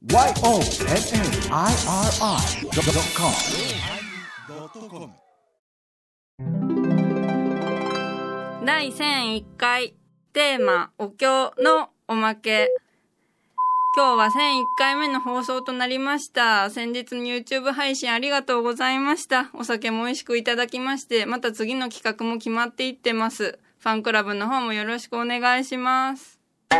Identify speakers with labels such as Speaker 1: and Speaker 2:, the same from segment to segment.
Speaker 1: YONNIRI.com
Speaker 2: 第1001回テーマお経のおまけ。今日は1001回目の放送となりました。先日の YouTube 配信ありがとうございました。お酒も美味しくいただきまして、また次の企画も決まっていってます。ファンクラブの方もよろしくお願いします。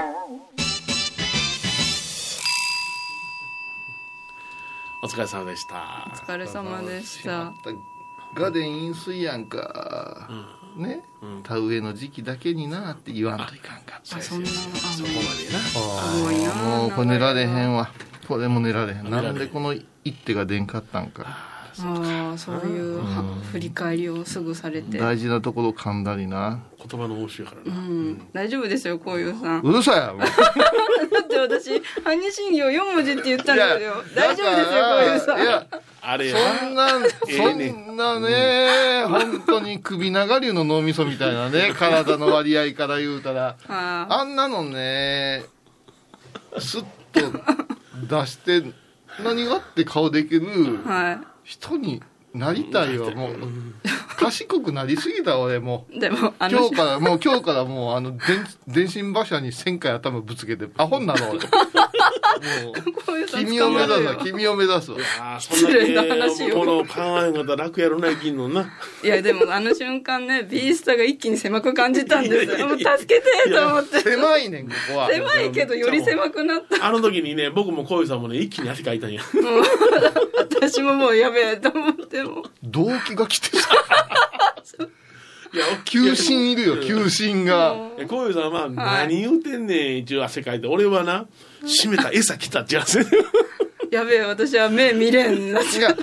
Speaker 3: お疲れ様でした。
Speaker 2: お疲れ様でした。
Speaker 4: ガデン飲水やんか、ね、田植えの時期だけになって言わんといかんかった。
Speaker 2: そんな
Speaker 3: そこまでな。
Speaker 2: すごいな。
Speaker 4: もうこれ寝られへんわ。これも寝られへん。なんでこの一手が出んかったんか。
Speaker 2: そういう振り返りをすぐされて。
Speaker 4: 大事なところ噛んだりな。
Speaker 3: 言葉の応酬やからな。
Speaker 2: 大丈夫ですよ、こういうさん。
Speaker 4: うるさいやろ。
Speaker 2: だって私般若心経4文字って言ったんですよ。大丈夫ですよ、こういうさん。
Speaker 4: いや
Speaker 3: あれや
Speaker 4: そんなね、本当に首長竜の脳みそみたいなね、体の割合から言うたら、あんなのね、スッと出して何がって顔できる人になりたいわ。もう賢くなりすぎた俺もう。
Speaker 2: でも
Speaker 4: 今日からもう電信馬車に1000回頭ぶつけてアホになろう。もう君を目指すわ。
Speaker 2: 失礼な話を。
Speaker 3: この考え方楽やろな、生きんのな。
Speaker 2: いやでもあの瞬間ね、ビースタが一気に狭く感じたんですよ。もう助けてと思って。
Speaker 4: 狭いねんここは。
Speaker 2: 狭いけどより狭くなった。
Speaker 3: あの時にね、僕もこういうさんもね、一気に汗かいたんや。
Speaker 2: 私ももうやべえと思っても。
Speaker 4: 動機が来てさ。求心いるよ、求心が。
Speaker 3: こういうさんは何言うてんねん、一応汗かいて。俺はな、閉めた餌来たってやつ。
Speaker 2: やべえ、私は目見れんな。
Speaker 4: 違う、それ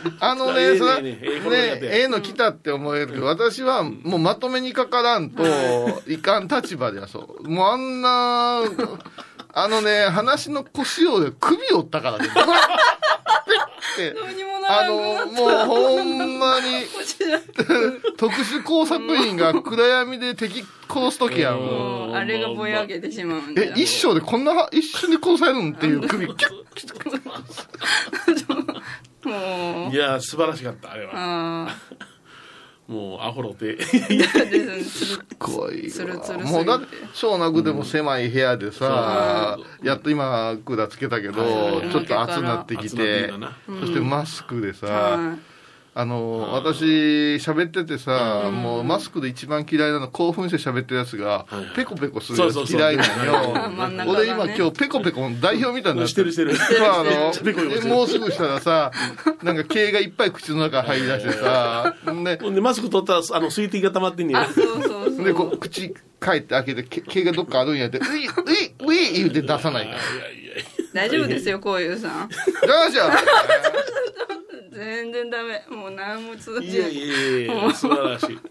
Speaker 4: ええの来たって思えるけど、私はもうまとめにかからんといかん立場ではそう。もう話の腰を首折ったからね。もうほんまに特殊工作員が暗闇で敵殺すときやん。もう
Speaker 2: あれがぼやけてしまうんだ。
Speaker 4: 一生でこんな一瞬で殺されるんっていう首キュ
Speaker 3: ッ。いや素晴らしかったあれは。もうアホロテ。
Speaker 4: すごいわ。もうだって小なくでも狭い部屋でさ、やっと今クーラーつけたけど、ちょっと暑くなってきて、そしてマスクでさ、私喋っててさ、もうマスクで一番嫌いなの興奮して喋ってるやつがペコペコするやつ嫌いなんよ。俺今今日ペコペコの代表みたいになってる。もうすぐしたらさ、なんか毛がいっぱい口の中入り出してさ、
Speaker 3: でマスク取ったら水滴が溜まってんねや。
Speaker 4: でこう口帰って開けて毛がどっかあるんやってウィ言うて出さないから。
Speaker 2: 大丈夫ですよ、こういうさん。
Speaker 4: どうしよう。
Speaker 2: 全然ダメ。もう何も通じない。
Speaker 3: いや素晴らしい。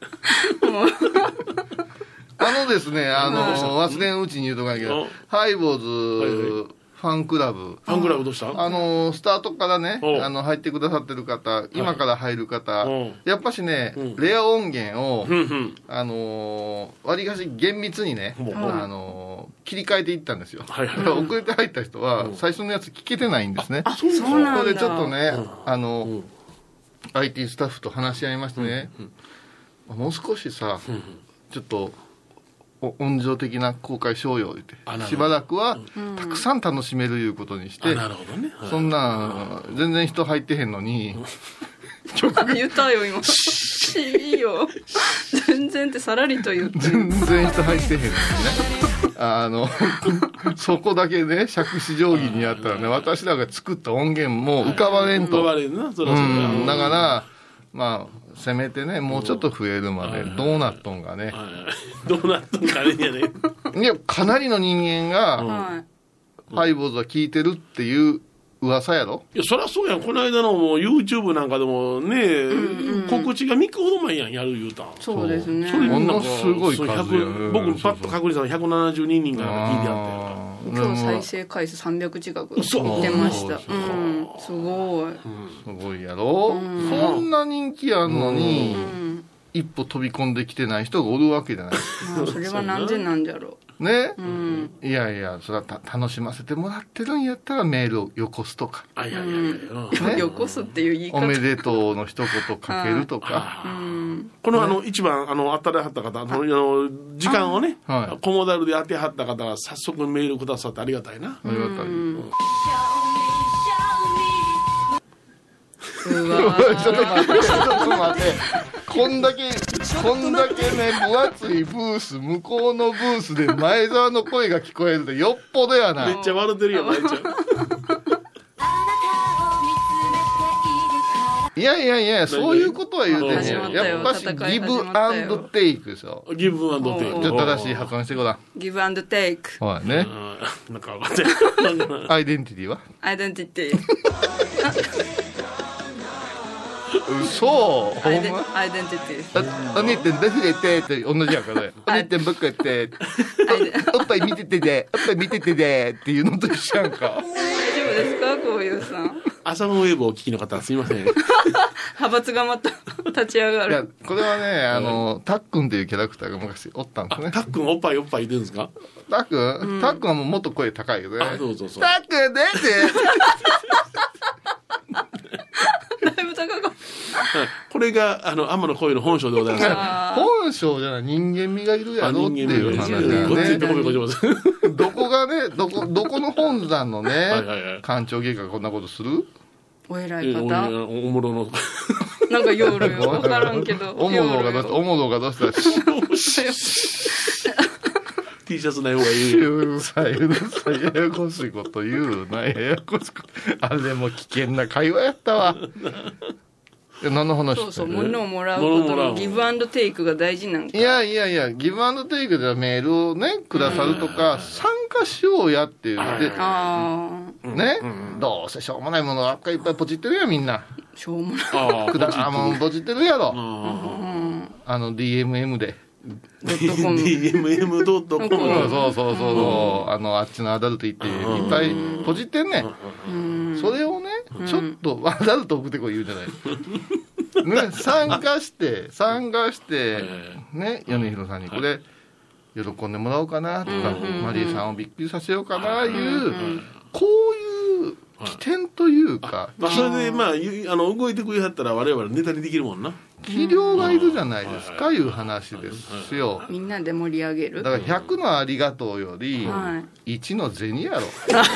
Speaker 4: ですね、忘れんうちに言うとかんけど、ハイボーズファンクラブ。
Speaker 3: ファンクラブどうした？
Speaker 4: スタートからね、入ってくださってる方、今から入る方、やっぱしね、レア音源を、わりかし厳密にね、切り替えていったんですよ。遅れて入った人は、最初のやつ聞けてないんですね。
Speaker 2: そうなんだ。
Speaker 4: これでちょっとね、IT スタッフと話し合いましてね、もう少しさ、ちょっと、音情的な公開しようよってしばらくはたくさん楽しめるいうことにして、そんな全然人入ってへんのに
Speaker 2: 言ったよ今。いいよ。全然ってさらりと言って。
Speaker 4: 全然人入ってへんのにね。そこだけね杓子定規にやったらね、私らが作った音源も浮かばれんと。だからまあせめてね、もうちょっと増えるまでどうなっとんかね。
Speaker 3: どうなっとんかねやね。
Speaker 4: いやかなりの人間がハイボーズは聞いてるっていう噂やろ。
Speaker 3: いやそりゃそうやん。この間のもう YouTube なんかでもね、告知が3日ほど前やんやる言うたん。
Speaker 2: そうですね。
Speaker 4: それものすごい数やね。
Speaker 3: 僕パッと確認したら172人から聞いてあったよ。
Speaker 2: 今日再生回数300近く出ました。すごい。
Speaker 4: すごいやろ。そんな人気あんのに一歩飛び込んできてない人がおるわけじゃない。
Speaker 2: それはなんでなんじゃろう。
Speaker 4: ね、いやいや、それは楽しませてもらってるんやったらメールをよこすとか、
Speaker 2: よこすっていう言い方、
Speaker 4: おめでとうの一言かけるとか、
Speaker 3: この一番当たりはった方、時間をね、コモダルで当てはった方が早速メールくださってありがたいな。
Speaker 4: ありがたい。
Speaker 2: うわ
Speaker 4: ちょっと待って、こんだけね、分厚いブース、向こうのブースで前澤の声が聞こえるってよっぽどやな。
Speaker 3: めっちゃ笑ってるよ、めっちゃ。
Speaker 4: いや、そういうことは言うてね。やっぱしギブアンドテイクですよ。
Speaker 3: ギブアンドテイク。
Speaker 4: ちょっと正しい発音してごらん。
Speaker 2: ギブアンドテイク。
Speaker 4: ほらね。
Speaker 3: なんか分かってる。
Speaker 4: アイデンティティは？
Speaker 2: アイデンティティ。
Speaker 4: 嘘、ほんま？
Speaker 2: アイデンティティ。
Speaker 4: お兄ってんだひれてって同じやからね。お兄ってんばっかやって、おっぱい見ててで、おっぱい見ててでっていうのと一緒やんか。
Speaker 2: 大丈夫ですか、こういうさん。
Speaker 3: 朝のウェーブをお聞きの方すいません。
Speaker 2: 派閥がまた立ち上がる。
Speaker 4: いや、これはね、たっくんっていうキャラクターが昔おったんですね。
Speaker 3: たっくんおっぱい言ってるんですか？
Speaker 4: たっくんはもうもっと声高いよね。
Speaker 3: そう。
Speaker 4: たっくんねって。
Speaker 2: だいぶ高かった。
Speaker 3: これが天の声の本性でございます。
Speaker 4: 本性じゃない人間味がいるやろっていう話だよ
Speaker 3: こっち
Speaker 4: ね。
Speaker 3: ってここます。
Speaker 4: どこがね、どこの本山のね、官庁芸がこんなことする？
Speaker 2: お偉い方。
Speaker 3: おもろの。
Speaker 2: なんか夜よ、わからんけど。
Speaker 4: おもろがどうしたら。
Speaker 3: T シャツない方がいい。
Speaker 4: うるさい、ややこしいこと言うな、ややこしく。あれも危険な会話やったわ。何の話？
Speaker 2: そう、物をもらうことのギブアンドテイクが大事なんか。
Speaker 4: いや、ギブアンドテイクではメールをね、くださるとか、参加しようやって言って、ね、どうせしょうもないものばっかりいっぱいポチってるやん、みんな。
Speaker 2: しょうもない。
Speaker 4: くだらんもんポチってるやろ。DMM で。
Speaker 3: DMM.com。
Speaker 4: そうあっちのアダルト行っていっぱいポチってんねん。それをね、ちょっとアダルト送ってこい言うじゃない。ね、参加してね、米広さんにこれ喜んでもらおうかなとか、マリーさんをびっくりさせようかないうこういう起点というか、
Speaker 3: それで動いてくれはったら我々ネタにできるもんな。
Speaker 4: 技量がいるじゃないですかいう話ですよ。
Speaker 2: みんなで盛り上げる。
Speaker 4: だから100のありがとうより1の銭やろ。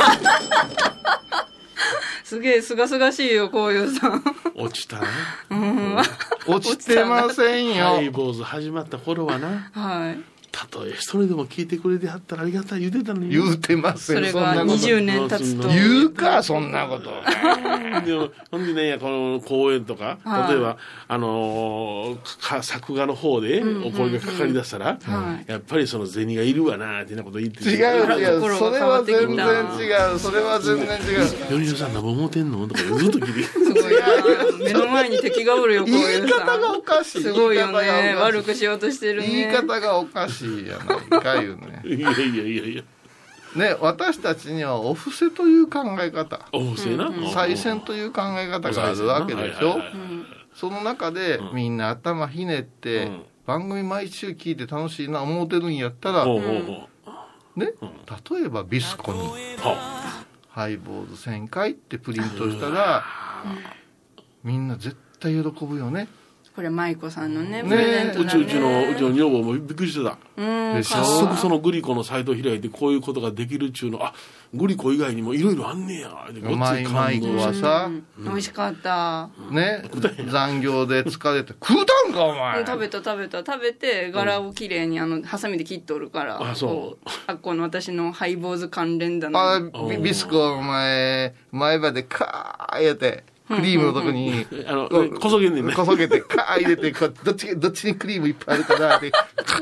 Speaker 2: すげえすがすがしいよ、こういうさん。
Speaker 3: 落ちた
Speaker 4: な。落ちてませんよ。
Speaker 3: ハイボーズ始まった頃はな。はい。たとえ一人でも聞いてくれてはったらありがたい言うてたのに。
Speaker 4: 言うてません。
Speaker 2: それが20年経つと。
Speaker 4: 言うか、そんなこと。
Speaker 3: でもほんでね、この公演とか、例えば作画の方でお声がかかりだしたら、やっぱりその銭がいるわなってなこと言って
Speaker 4: 違う、それは全然違う。それは全然違う。
Speaker 3: 米広さん何も思ってんのとかずっと聞いて。
Speaker 2: すごいな。目の前に敵がおるよ、こういうさ。
Speaker 4: 言い方がおかしい。
Speaker 2: すごいよね。悪くしようとしてるね。
Speaker 4: 言い方がおかしいやないかいうね。
Speaker 3: いや。
Speaker 4: ね、私たちにはお布施という考え方、
Speaker 3: お布施な、
Speaker 4: 賽銭という考え方があるわけでしょ。その中でみんな頭ひねって番組毎週聞いて楽しいな思うてるんやったら、ね、例えばビスコにハイボーズ1000回ってプリントしたらみんな絶対喜ぶよね。
Speaker 2: これ舞子さんのねプレゼントだね。
Speaker 3: うちの女房もびっくりしてた。早速そのグリコのサイトを開いてこういうことができるっちゅうの、あ、グリコ以外にもいろいろあんねや。
Speaker 4: マイクはさ、
Speaker 2: 美味しかった
Speaker 4: ね。残業で疲れて食うたんかお前。
Speaker 2: 食べて柄をきれいにハサミで切っとるから。
Speaker 3: あ、そう。
Speaker 2: あ、この私のハイボーズ関連だ
Speaker 4: な。ビスコお前前歯でカーやってクリームのとこに
Speaker 3: こそげんねんね。
Speaker 4: こそげてカー入れてどっちにクリームいっぱいあるかなって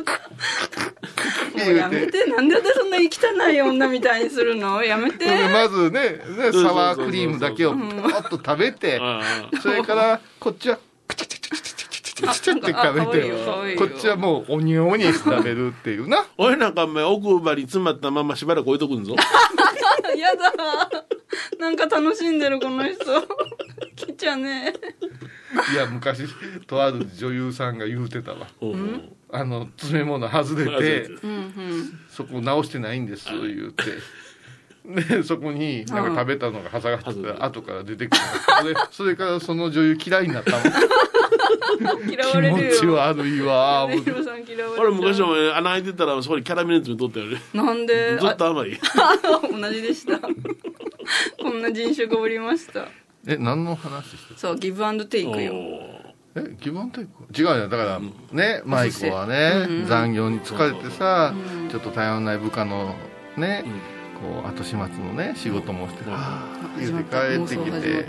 Speaker 2: やめて。なんでそんな汚い女みたいにするのやめて。
Speaker 4: まずねサワークリームだけをパッと食べて、それからこっちはクチャクチャクチャクチャクチャクチャって食べて、こっちはもうおにおに食べるっていうな。
Speaker 3: 俺なんか奥歯に詰まったまましばらく置いとくんぞ。
Speaker 2: やだ、なんか楽しんでるこの人。きちゃね。
Speaker 4: いや昔とある女優さんが言うてたわ。 詰め物外れて、
Speaker 2: うんうん、
Speaker 4: そこ直してないんです言ってでそこになんか食べたのが挟がってた後から出てくるそれからその女優嫌いになったもん
Speaker 2: 嫌われるよ。
Speaker 4: 気持ち悪いわ。
Speaker 2: ヒロさん嫌われる。
Speaker 3: 俺昔お前穴開いてたらそこにキャラメル詰めとったよね。
Speaker 2: なんで
Speaker 3: ずっと甘い
Speaker 2: 同じでしたこんな人種がおりました。
Speaker 4: 何の話してた？
Speaker 2: そう、ギブアンドテイクよ。
Speaker 4: ギブアンドテイク？違うよ。だからね、舞子はね、残業に疲れてさ、ちょっと頼んない部下のね、こう後始末のね仕事もして、言うて帰ってきて、で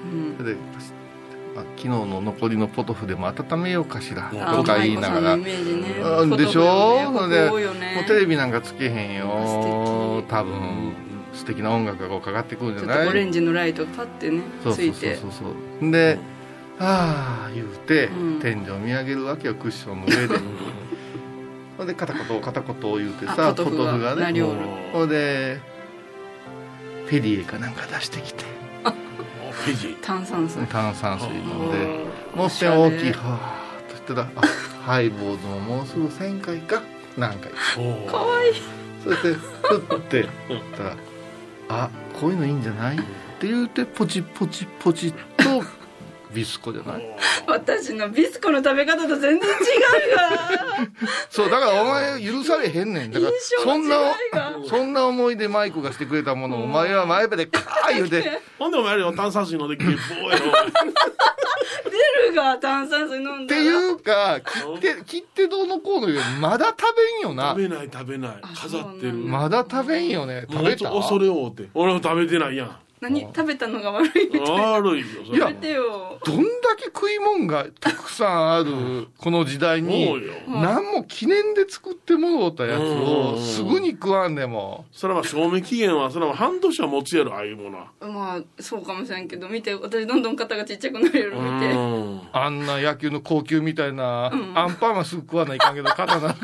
Speaker 4: 昨日の残りのポトフでも温めようかしらとか言いながら、でしょ。それでもうテレビなんかつけへんよ。多分素敵な音楽がこうかかってくるんじゃない？ちょっと
Speaker 2: オレンジのライトがパッてねついて、
Speaker 4: そうで、ああ言うて、天井見上げるわけよ、クッションの上で。ほんで片言言うてさ、ポトフがね、ほんでペリエかなんか出してきて、
Speaker 2: 炭酸水
Speaker 4: 飲んで、もって大きいはーとしたら、ハイボーズももうすぐ1000回かなんか
Speaker 2: かわいい。
Speaker 4: そしてふって言ったら、こういうのいいんじゃない？って言うてポチポチポチっとビスコじゃない？
Speaker 2: 私のビスコの食べ方と全然違うが
Speaker 4: そうだからお前許されへんねん。だからそんな思いでマイクがしてくれたものをお前は前歯でカー言うて
Speaker 3: ほんでお前やるよ、炭酸水飲んでゲッポーやろ
Speaker 2: 出るが炭酸水飲んだら
Speaker 4: っていうか切ってどうのこうのよりまだ食べんよな。
Speaker 3: 食べない飾ってる。
Speaker 4: まだ食べんよね。食べた？
Speaker 3: 恐れ多って俺も食べてないやん。
Speaker 2: 何食べたのが悪いみたいな。
Speaker 3: 悪いよそれ。
Speaker 2: 食べてよ。
Speaker 4: どんだけ食い物がたくさんあるこの時代に何も記念で作ってもろうたやつをすぐに食わんでも、
Speaker 3: それは賞味期限はそれは半年は持つやろ、ああいうものは。
Speaker 2: まあそうかもしれんけど、見て私どんどん肩がちっちゃくなるやろ見て。
Speaker 4: あんな野球の高級みたいなアンパンはすぐ食わないかんけど肩なんか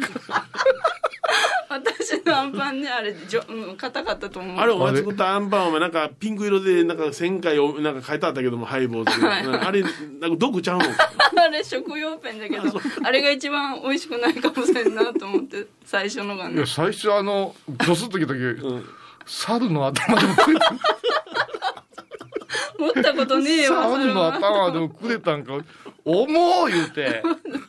Speaker 2: 私のアンパンね、あれ硬かったと思う。
Speaker 3: あれお前作ったアンパンお前なんかピンク色でなんか1000回なんか書いてあったけども、ハイボーズあれなんか毒ちゃうの
Speaker 2: あれ食用ペンだけどあれが一番美味しくないかもしれんなと思って最初のがね。
Speaker 4: いや最初ドスッときた時、猿の頭でも食えた
Speaker 2: 持ったことねえわ。
Speaker 4: 猿の頭でもくれたんか重い言うて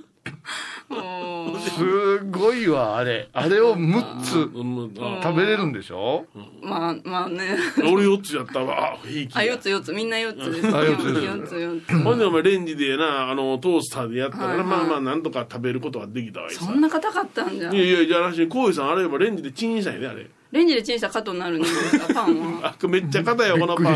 Speaker 4: すごいわ。あれを6つ食べれるんでしょ。
Speaker 2: まあね
Speaker 3: 俺4つやったわ。平気
Speaker 2: 4つみんな4つです4つ
Speaker 3: ほんでお前レンジでなトースターでやったら、まあなんとか食べることができたわ。
Speaker 2: そんな硬かったんじゃん。
Speaker 3: いやじゃあらしい、こういうさんあれはレンジでチンしたんやね。あれ
Speaker 2: レンジでチンしたら硬になるんですかパンは。
Speaker 3: めっちゃ硬いよこのパン。
Speaker 2: うわ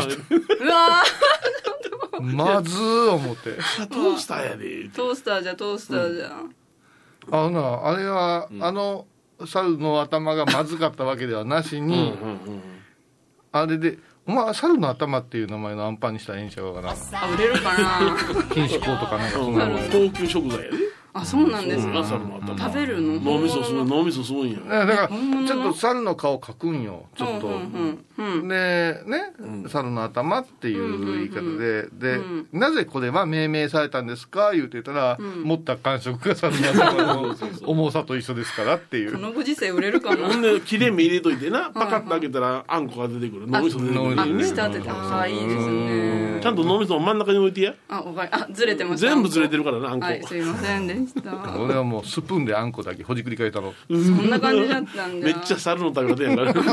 Speaker 4: まずー思って
Speaker 3: トースターやで。
Speaker 2: トースターじゃ
Speaker 4: あれは、猿の頭がまずかったわけではなしに、あれでお前猿の頭っていう名前のアンパンにしたらええんちゃうかな。
Speaker 2: 売れるかな
Speaker 4: 品種香とかなんかそんなの
Speaker 3: 高級食材やで。
Speaker 2: そうなんですか。食べるの？
Speaker 3: 脳みそすごいんや。
Speaker 4: だからちょっと猿の顔描くんよちょっと。でね、猿の頭っていう言い方でなぜこれは命名されたんですか言うてたら、持った感触が猿の頭の重さと一緒ですからっていう。
Speaker 2: このご時世売れるかな。
Speaker 3: ほんで切れ目入れといてな、パカッと開けたらあんこが出てくる。脳みそ出てくる。
Speaker 2: 仕立てて。いいですね。
Speaker 3: ちゃんと脳みそを真ん中に置いてや。
Speaker 2: ずれてます。
Speaker 3: 全部ずれてるからな、あんこ。
Speaker 2: はい、すいませんでした。
Speaker 4: 俺はもうスプーンであんこだけほじくり返ったの。
Speaker 2: そんな感じだったんだ。
Speaker 3: めっちゃ猿の食べ方やから。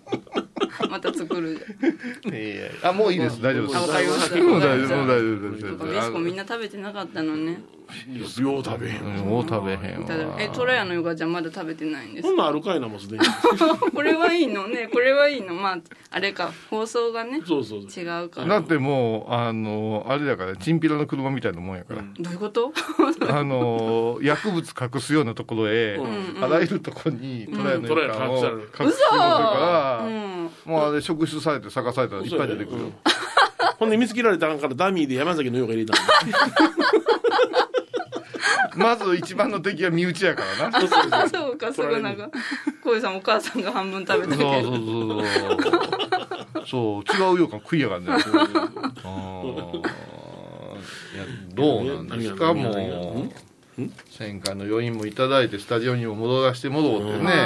Speaker 2: また作る。
Speaker 4: もういいです。大丈夫です。
Speaker 2: わかりました。
Speaker 4: もう大丈夫です。
Speaker 2: ビスコみんな食べてなかったのね。
Speaker 3: よう食べへん。
Speaker 4: もう食べへんわ。
Speaker 2: トラヤのヨガちゃんまだ食べてないんですか。
Speaker 3: そんなんあるかいな、もうすでに。
Speaker 2: これはいいのね。これはいいの。まああれか、放送がね。
Speaker 3: そう
Speaker 2: 違うから。
Speaker 4: だってもうあれだからチンピラの車みたいなもんやから。
Speaker 2: どういうこと？
Speaker 4: 薬物隠すようなところへ、あらゆるところにトラヤのヨガを隠すから、もうあれ職質されて探されたらいっぱい出てくる。
Speaker 3: ほんで見つけられたらあかんからダミーで山崎のヨガ入れた
Speaker 4: まず一番の敵は身内やからな。
Speaker 2: そうか、すぐなんか小遊さんお母さんが半分食べたけど。
Speaker 4: そう違うようか食いやがんね。どうなんですかもう。 1000回の余韻もいただいてスタジオにも戻らせてもろうってね。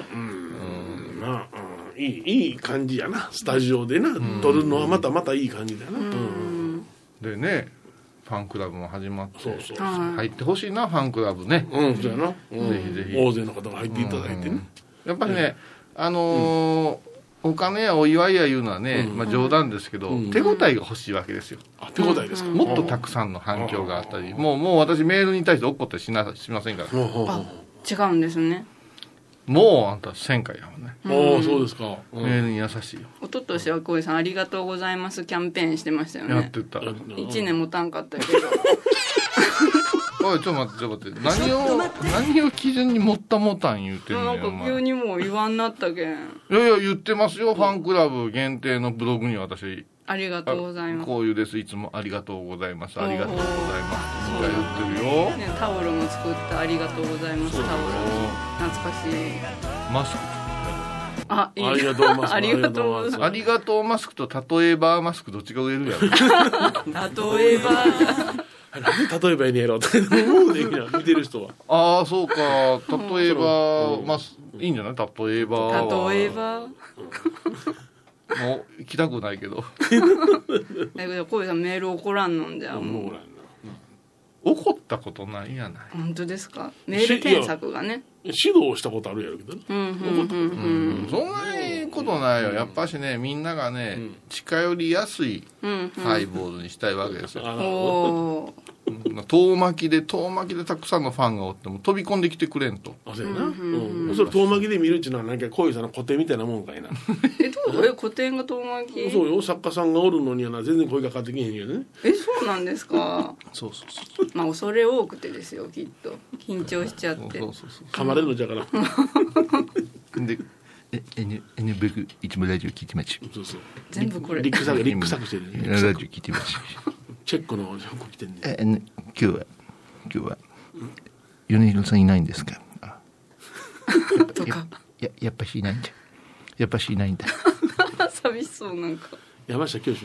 Speaker 3: いい感じやな、スタジオでな撮るのはまたいい感じだな。
Speaker 4: でね、ファンクラブも始まって、
Speaker 3: そう
Speaker 4: 入ってほしいな、ファンクラブね。
Speaker 3: そうやな。
Speaker 4: ぜひぜひ
Speaker 3: 大勢の方が入っていただいてね。
Speaker 4: やっぱりね、お金やお祝いやいうのはね、冗談ですけど、手応えが欲しいわけですよ。
Speaker 3: 手応えですか。
Speaker 4: もっとたくさんの反響があったり、もう私メールに対して怒ったりしませんから。
Speaker 2: 違うんですね。
Speaker 4: もうあんた1000回やもんね。
Speaker 3: そうですか。
Speaker 4: メールに優しいよ。
Speaker 2: 一昨年は小井さんありがとうございますキャンペーンしてましたよね。
Speaker 4: やってた。
Speaker 2: 1年もたんかったけど。
Speaker 4: おい、ちょっと待って。何を基準にもったもたん言うてんのよ。
Speaker 2: なんか急にもう言わんなったけん。
Speaker 4: いや言ってますよ。ファンクラブ限定のブログに私。
Speaker 2: ありがとうございます。
Speaker 4: こういうです。いつもありがとうございます。ありがとうございます。みたいな言ってるよ。
Speaker 2: ね、タオルも作ったありがとうございます。タオル。懐かしい。
Speaker 4: マスク。
Speaker 3: ありがとうございます。
Speaker 2: ありがとうございます。
Speaker 4: ありがとうマスクと例えばマスクどっちが売れるやろ。
Speaker 2: 例えば。
Speaker 3: 何例えばいいねやろって思うで見てる人は。
Speaker 4: ああそうか。例えばいいんじゃない？例えば。
Speaker 2: 例えば。
Speaker 4: もう行きたくないけど。
Speaker 2: だけど小井さんメール怒らんのんじゃもう。
Speaker 4: 怒ったことないやない。
Speaker 2: 本当ですか。メール添削がね。
Speaker 3: 指導したことあるやろけどね。
Speaker 4: そんなことないよ。やっぱしね、みんながね、近寄りやすいハイボールにしたいわけですよ。遠巻きでたくさんのファンがおっても飛び込んできてくれんと。
Speaker 3: そうやな。それ遠巻きで見るっていうのはなんか小井さんの古典みたいなもんかいな。
Speaker 2: どう古典が遠巻き？
Speaker 3: そうよ。作家さんがおるのにはな全然声がかかってきへんよね。
Speaker 2: そうなんですか。
Speaker 4: そう。
Speaker 2: まあ恐れ多くてですよきっと。緊張しちゃって。
Speaker 3: 噛まれるのじゃから。
Speaker 4: で、N ブクいつもラジオ聞いてます。
Speaker 3: そう。
Speaker 2: 全部これ。
Speaker 3: リックサクしてるね。
Speaker 4: ラジオ聞いてます。
Speaker 3: チェックの情報来てんね。
Speaker 4: 今日は米広さんいないんですか。
Speaker 2: とか。
Speaker 4: やっぱしいないんだ。
Speaker 2: 寂しそうなんか。
Speaker 3: 山下教授。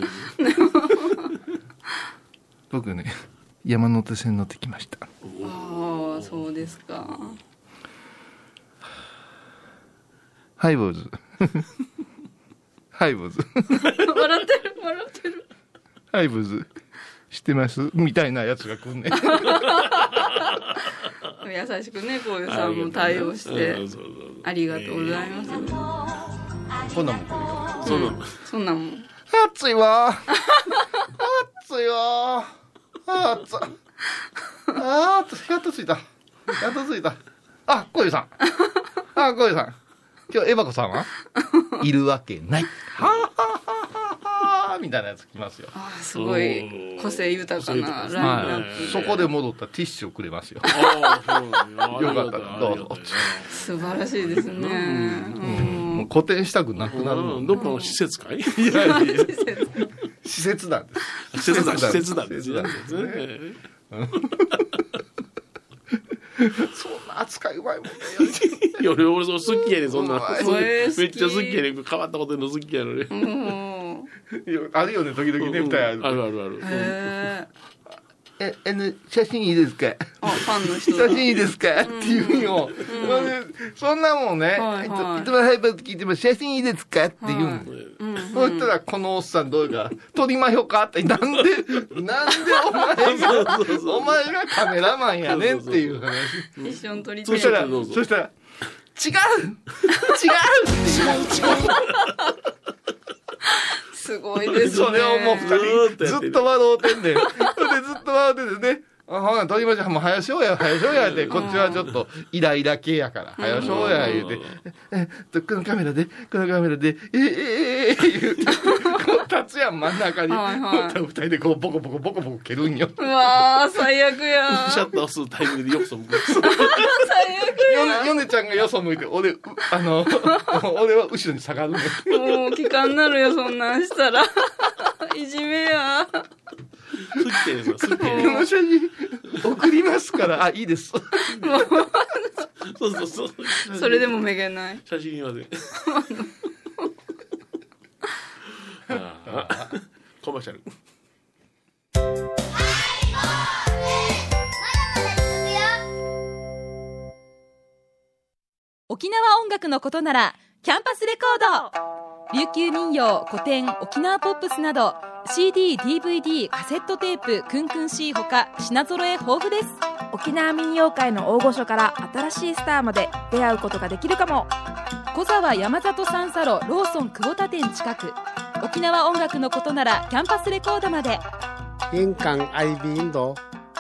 Speaker 4: 僕ね山手線乗ってきました。
Speaker 2: ああそうですか。
Speaker 4: ハイボーズ。
Speaker 2: 笑ってる。
Speaker 4: ハイボーズ知ってますみたいなやつが来んね。
Speaker 2: 優しくね小井さんも対応してありがとうございます。
Speaker 4: そんなもん
Speaker 2: そんなもん。
Speaker 4: 暑いわ。やっと着いた。あ、小井さん。今日エバコさんはいるわけない。みたいなやつ来ますよ。
Speaker 2: すごい個性豊かなラインナップ。
Speaker 4: そこで戻ったティッシュをくれますよ。よかった。どうぞ。
Speaker 2: 素晴らしいですね。
Speaker 4: もう固定したくなくなるの。
Speaker 3: どっかの施設かい？
Speaker 4: 施設なんです。
Speaker 3: 施設なんですね。
Speaker 4: そんな扱いうまいもんね。
Speaker 3: 俺そう好きやねんそんな。めっちゃ好きやねん。変わったことの好きやのね。
Speaker 4: あるよね時々ね二人ある。
Speaker 3: ある。
Speaker 4: 写真いいですか。
Speaker 2: ファンの人。
Speaker 4: 写真いいですかっていうの。そんなもんね。いつもハイパー聞いても写真いいですかって言う。そしたらこのおっさんどうか撮りまひょかってなんでお前がカメラマンやねんっていう話。
Speaker 2: 一緒に撮りたい。
Speaker 4: そしたら違う
Speaker 2: すごいですね。
Speaker 4: それをもう二人ずっと笑うてんねん。ずっと笑うてんねんね。ほな撮りましょう。もう早しょうやってこっちはちょっとイライラ系やから早しょうや言うてこのカメラで言うてこう立つやん真ん中に二人でこうボコボコ蹴るんよ。
Speaker 2: うわー最悪や。
Speaker 3: シャッター押すタイミングでよくそ向く。
Speaker 2: 最悪や。
Speaker 4: ヨネちゃんがよそ向いて俺は後ろに下がるの。
Speaker 2: もう気かんなるよそんなんしたら。いじめや。
Speaker 3: 好きやねん。
Speaker 4: この写真送りますからいいです。
Speaker 3: そう。
Speaker 2: それでもめげない。
Speaker 3: 写真いません。コマーシャル。
Speaker 1: はい、まだまだ続くよ。 楽のことならキャンパスレコード。琉球民謡、古典、沖縄ポップスなど CD、DVD、カセットテープ、クンクン C ほか品揃え豊富です。
Speaker 5: 沖縄民謡界の大御所から新しいスターまで出会うことができるかも。
Speaker 1: 小沢山里三佐路ローソン久保田店近く。沖縄音楽のことならキャンパスレコードまで。
Speaker 6: 印港 IB インド。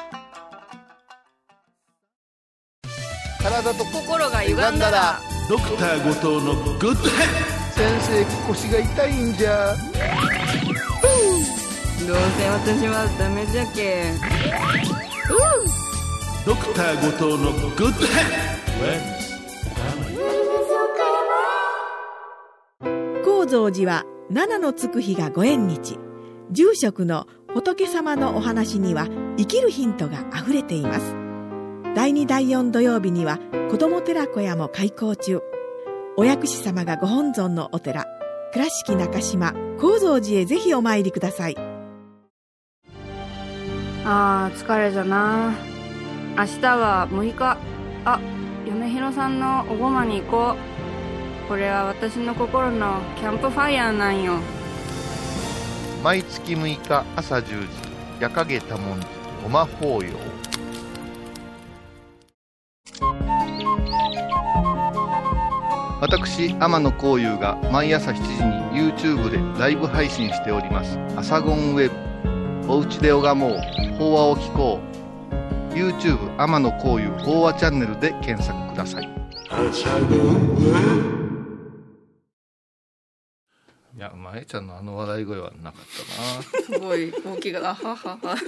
Speaker 4: 体と
Speaker 2: 心が歪んだら
Speaker 3: ドクター後藤のグッドヘッ
Speaker 4: 先生、腰が痛いんじゃ。
Speaker 2: どうせ私はダメじゃけ。
Speaker 3: ドクター後藤のグッドヘッ
Speaker 7: 高蔵寺は七のつく日がご縁日。住職の仏様のお話には生きるヒントがあふれています。第2第4土曜日には子ども寺小屋も開校中。お薬師様がご本尊のお寺、倉敷中島・高蔵寺へぜひお参りください。
Speaker 2: あー疲れじゃな。明日は6日。嫁ひろさんのおごまに行こう。これは私の心のキャンプファイヤーなんよ。
Speaker 4: 毎月6日朝10時、夜影多文字ごま法要。私天野幸雄が毎朝7時に YouTube でライブ配信しておりますアサゴンウェブ。おうちで拝もう、法話を聞こう。 YouTube 天野幸雄法話チャンネルで検索ください。いや、まえちゃんのあの笑い声はなかったな。
Speaker 2: すごい大きいがあははは。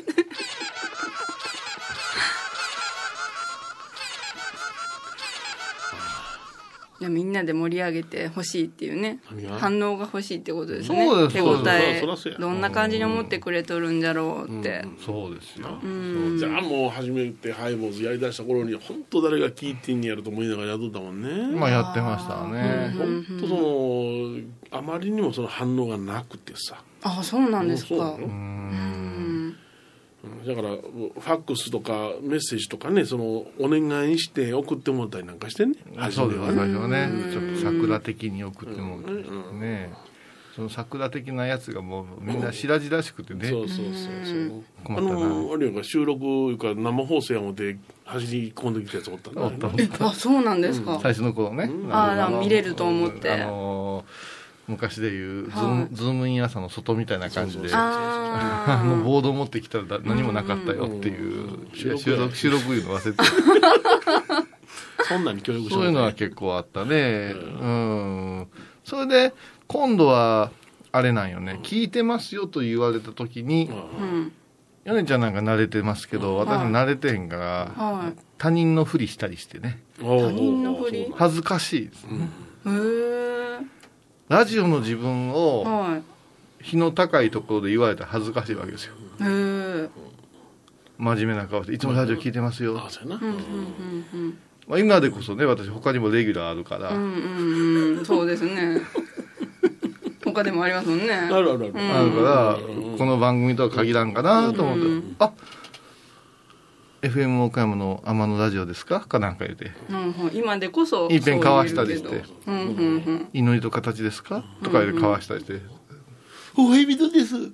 Speaker 2: いやみんなで盛り上げてほしいっていうね、反応が欲しいってことですね。
Speaker 4: そうです、
Speaker 2: 手応え
Speaker 3: そうです、
Speaker 2: どんな感じに思ってくれとるんじゃろうって、
Speaker 4: そうですよ。
Speaker 3: じゃあもう初めてハイボーズやりだした頃に本当誰が聞いてんやると思いながらやっとったもんね。
Speaker 4: まあやってましたね。
Speaker 3: 本当そのあまりにもその反応がなくてさ。
Speaker 2: あ、そうなんですか。
Speaker 3: だからファックスとかメッセージとかね、そのお願いして送ってもらったりなんかしてね。
Speaker 4: そうです、最初はね、ちょっと桜的に送ってもらってね、その桜的なやつがもうみんな白々しくてね。
Speaker 3: そう困ったな。あれが収録いうか生放送やもて走り込んできたやつおったね。
Speaker 2: あ、そうなんですか。
Speaker 4: 最初の頃ね。
Speaker 2: 見れると思って。
Speaker 4: 昔でいうズームイン朝の外みたいな感じでボード持ってきたら何もなかったよっていう収録いうの忘れて
Speaker 3: そんなに協力して
Speaker 4: そういうのは結構あったね。それで今度はあれなんよね、聞いてますよと言われた時に、米ちゃんなんか慣れてますけど、私慣れてへんから、他人のふりしたりしてね。
Speaker 2: 他人のふり
Speaker 4: 恥ずかしいですね。ラジオの自分を日の高いところで言われたら恥ずかしいわけですよ。真面目な顔していつもラジオ聞いてますよ。今でこそね、私他にもレギュラーあるから。
Speaker 2: そうですね。他でもありますもんね。
Speaker 3: あるから
Speaker 4: この番組とは限らんかなと思って、FM 岡山の天野ラジオですかかなんか言うて、
Speaker 2: 今でこそ
Speaker 4: いっぺん交わしたりして、祈りと形ですかとかで交わしたりして、おへびとですい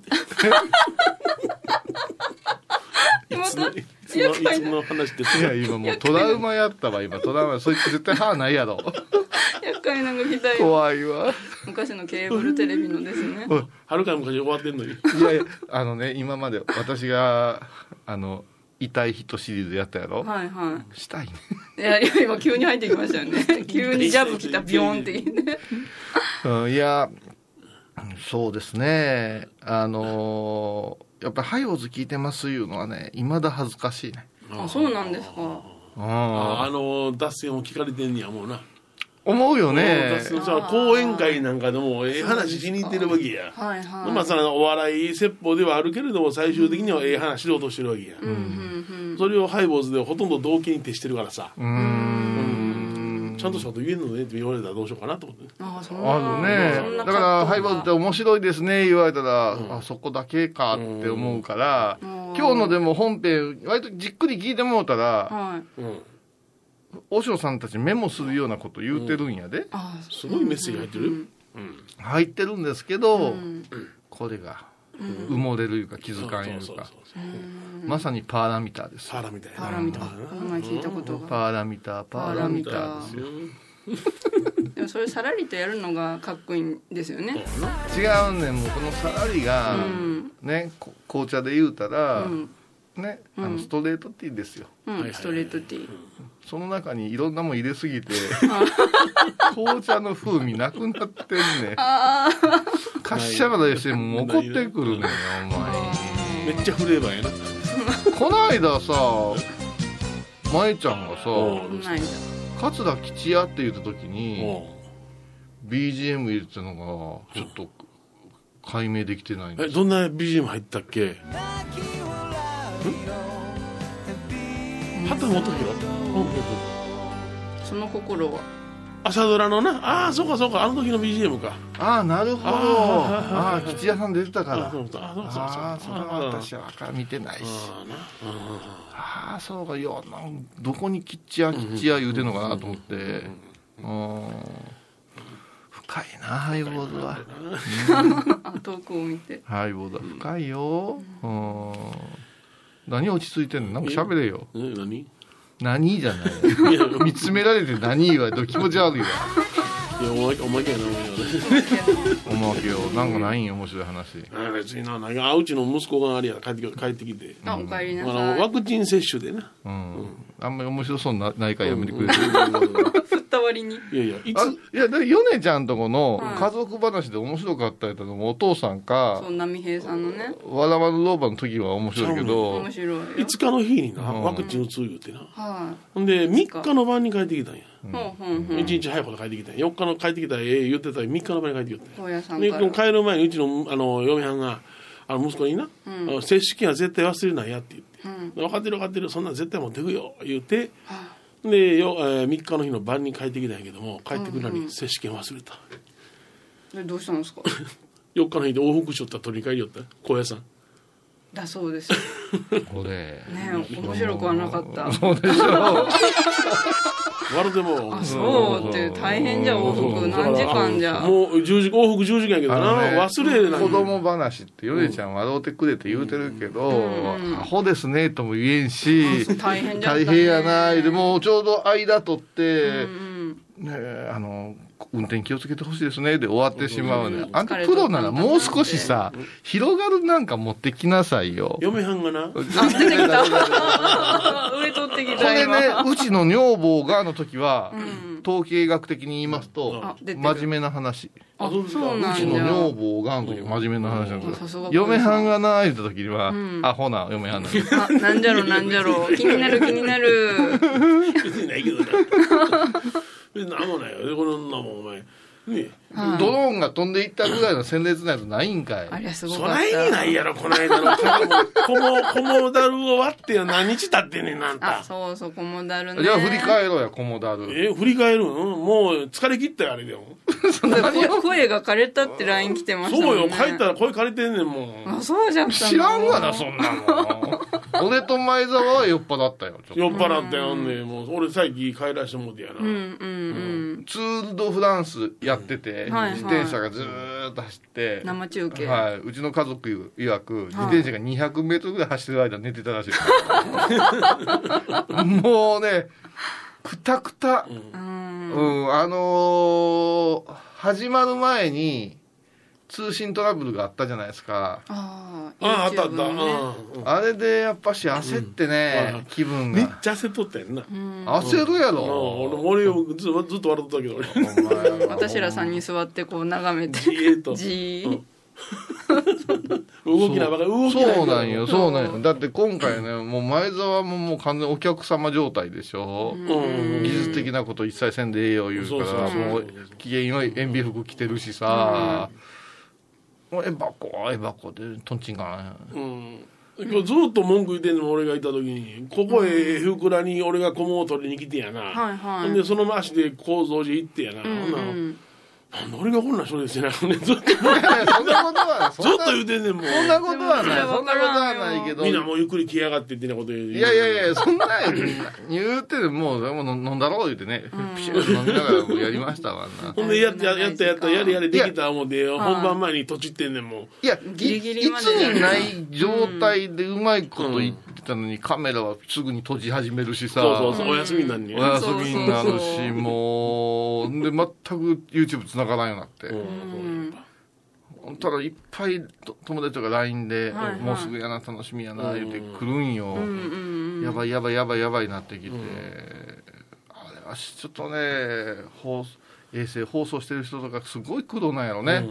Speaker 4: つの話ですか。いや今もうトラウマやったわ。今トラウマ、そいつ絶対歯ないやろ。
Speaker 2: 厄介なの来たよ。
Speaker 4: 怖いわ。
Speaker 2: 昔のケーブルテレビのですね。
Speaker 3: はるか昔終わってんのに。
Speaker 4: いや今まで私が痛い人シリーズやったやろ。したいね。
Speaker 2: いや今急に入ってきましたよね。急にジャブきたビヨンってね。
Speaker 4: いやそうですね。やっぱりハイオーズ聞いてますいうのはね、未だ恥ずかしいね。
Speaker 2: そうなんですか。
Speaker 3: 脱線を聞かれてんねやもうな。
Speaker 4: 思うよね。
Speaker 3: 講演会なんかでも話しに行ってるわけや。まあそのお笑い説法ではあるけれども、最終的には話しようとしてるわけや。それをハイボーズでほとんど同期に徹してるからさ。ちゃんとしたこと言えんのねって言われたらどうしようかなと思って。だからハイボーズって面白いですね言われたら、そこだけかって思うから、今日のでも本編割とじっくり聞いてもらったら、
Speaker 4: 和尚さんたちメモするようなこと言うてるんやで、
Speaker 3: すごいメッセージ入ってる、
Speaker 4: 入ってるんですけど、これが埋もれるいうか気づかんいうか、まさにパーラミターです。
Speaker 3: パーラミター、
Speaker 2: パーラミター、あんまり聞いたことが。
Speaker 4: パーラミターですよ。
Speaker 2: でもそれさらりとやるのがかっこいいんですよね。
Speaker 4: 違うねん、もうこのさらりが、ね、紅茶で言うたら、ね、ストレートティーですよ。
Speaker 2: ストレートティー。
Speaker 4: その中にいろんなもん入れすぎて紅茶の風味なくなってんねん。かっしゃらでしても怒ってくるねん、お前。
Speaker 3: めっちゃフレーバーやな。
Speaker 4: この間さ、舞ちゃんがさ、桂吉也って言った時に BGM 入れてたのがちょっと解明できてないんです。
Speaker 3: どんな BGM 入ったっけ？畑基博、
Speaker 2: その心は
Speaker 3: 朝ドラのな、そうかそうか、あの時の BGM か。
Speaker 4: なるほど。吉谷さん出てたから。
Speaker 3: そう
Speaker 4: それは私は見てないし。そうか、どこに吉谷言うてんのかなと思って。深いな、ハイボーズは。
Speaker 2: 遠くを見て。
Speaker 4: ハイボーズは深いよ。何落ち着いてんの？なんか喋れよ。何じゃない見つめられて何言われて気持ち悪いわ。
Speaker 3: いや、おまけやな、
Speaker 4: おまけよ。なんかないんよ、面白い話。
Speaker 3: 別にな、うちの息子があれや、帰ってきて。
Speaker 2: お帰りなさい。
Speaker 3: ワクチン接種でな。
Speaker 4: あんまり面白そうないからやめてくれる。
Speaker 2: 振った割に。
Speaker 3: い
Speaker 4: や、だヨネちゃんとこの家族話で面白かったやつのお父さんか、
Speaker 2: 波平さんのね。
Speaker 4: わらわら老婆の時は面白いけど、
Speaker 2: 面白い。
Speaker 3: 5日の日にな、ワクチン打つ言うてな。ほんで、3日の晩に帰ってきたんや。1日早いこと帰ってきたんや。4日の帰ってきたら言ってたら3日の晩に帰ってきたんや。で、帰る前にうちの嫁はんが、息子にな、接種券は絶対忘れないやって言って、分かってる分かってる、そんなん絶対持ってくよ言うて、で3日の日の晩に帰ってきたんやけども、帰ってくるのに接種券忘れた。
Speaker 2: どうしたんですか
Speaker 3: ？4日の日で往復しよった、取り替えりよった、高野山
Speaker 2: だそうです。
Speaker 4: これ
Speaker 2: ね、面白くはなかった。
Speaker 4: そうでしょ。
Speaker 3: 割るでも
Speaker 2: そうって大変じゃ、往復何時間じゃ。
Speaker 3: もう往復10時間やけどな、忘れない。
Speaker 4: 子供話ってヨネちゃん笑うてくれて言うてるけど、アホですねとも言えんし、
Speaker 2: 大変
Speaker 4: やな。でもちょうど間取って運転気をつけてほしいですねで終わってしまうね。あんたプロならもう少しさ、広がるなんか持ってきなさいよ。
Speaker 3: 嫁はんがな、
Speaker 2: 出てきた。上取ってきた。
Speaker 4: これね、うちの女房がの時は、統計学的に言いますと真面目な話。
Speaker 2: そうなん
Speaker 4: うちの女房がの時は真面目な話なんですよ。嫁はんがな言った時には、アホな嫁はんなんです。
Speaker 2: なんじゃろ気になる
Speaker 3: 別にないけどな。なんもないよ、こんなもんお前ね。
Speaker 4: ドローンが飛んでいったぐらいの鮮烈なやつないんかい。
Speaker 2: ありゃすごかった。
Speaker 3: そないにないやろ、この間のコモダルを割って何日経ってんねん、なんた。
Speaker 2: そうそう、コモダルね。
Speaker 4: じゃあ振り返ろうや、コモダル。
Speaker 3: 振り返るん？もう疲れ切ったよ、あれでも。
Speaker 2: 声が枯れたって LINE 来てましたもんね。
Speaker 3: そうよ、帰ったら声枯れてんねんもん。
Speaker 2: そうじゃったの。
Speaker 4: 知らんがな、そんなの。俺と前澤は酔っ払ったよ。
Speaker 3: 酔っ払ったよね。もう俺最近帰らしてもうてやな。
Speaker 4: ツール・ド・フランスやってて、自転車がずーっと走って、
Speaker 2: 生中継。
Speaker 4: うちの家族曰く自転車が200メートルぐらい走ってる間寝てたらしい。もうね、くたくた。始まる前に通信トラブルがあったじゃないですか。
Speaker 3: あったあった。
Speaker 4: あれでやっぱし焦ってね、気分が
Speaker 3: めっちゃ焦っとったやんな。
Speaker 4: 焦るやろ。
Speaker 3: 俺をずっと笑っとったけど
Speaker 2: 俺。私ら3人座ってこう眺めて。じーっと。
Speaker 3: 動きなばかり動きない。
Speaker 4: そうなんよ。だって今回ね、もう前澤ももう完全お客様状態でしょ。技術的なこと一切せんでええよ言うから、もう機嫌よい塩ビ服着てるしさ。エバコでトンチンが
Speaker 3: ずっと文句言ってんの俺がいた時に、ここへふくらに俺が菰を取りに来てやな。でその足で構造寺行ってやな。フ俺がこんな人ですよね。ずっと
Speaker 4: そんなことは
Speaker 3: ずっと言うてんねんもん。
Speaker 4: そんなことはない。そんなことはないけど。
Speaker 3: みんなもうゆっくり来やがってってなこと言う。
Speaker 4: いやそんな言うてもう飲んだろう言うてね。ピシュッと飲みながらもやりましたわな。
Speaker 3: ほんでやったやれできた思って本番前にとちってんねんもん。
Speaker 4: いやギリギリまでいつにない状態でうまいこと言ってたのにカメラはすぐに閉じ始めるしさ。
Speaker 3: そうお休みになるね。
Speaker 4: お休みになるしもうで全く YouTube 繋がらんようになって。ただいっぱい友達とか LINE でもうすぐやな楽しみやな言ってくるんよ。やばいなってきて、あれはちょっとね衛星放送してる人とかすごい苦労なんやろね。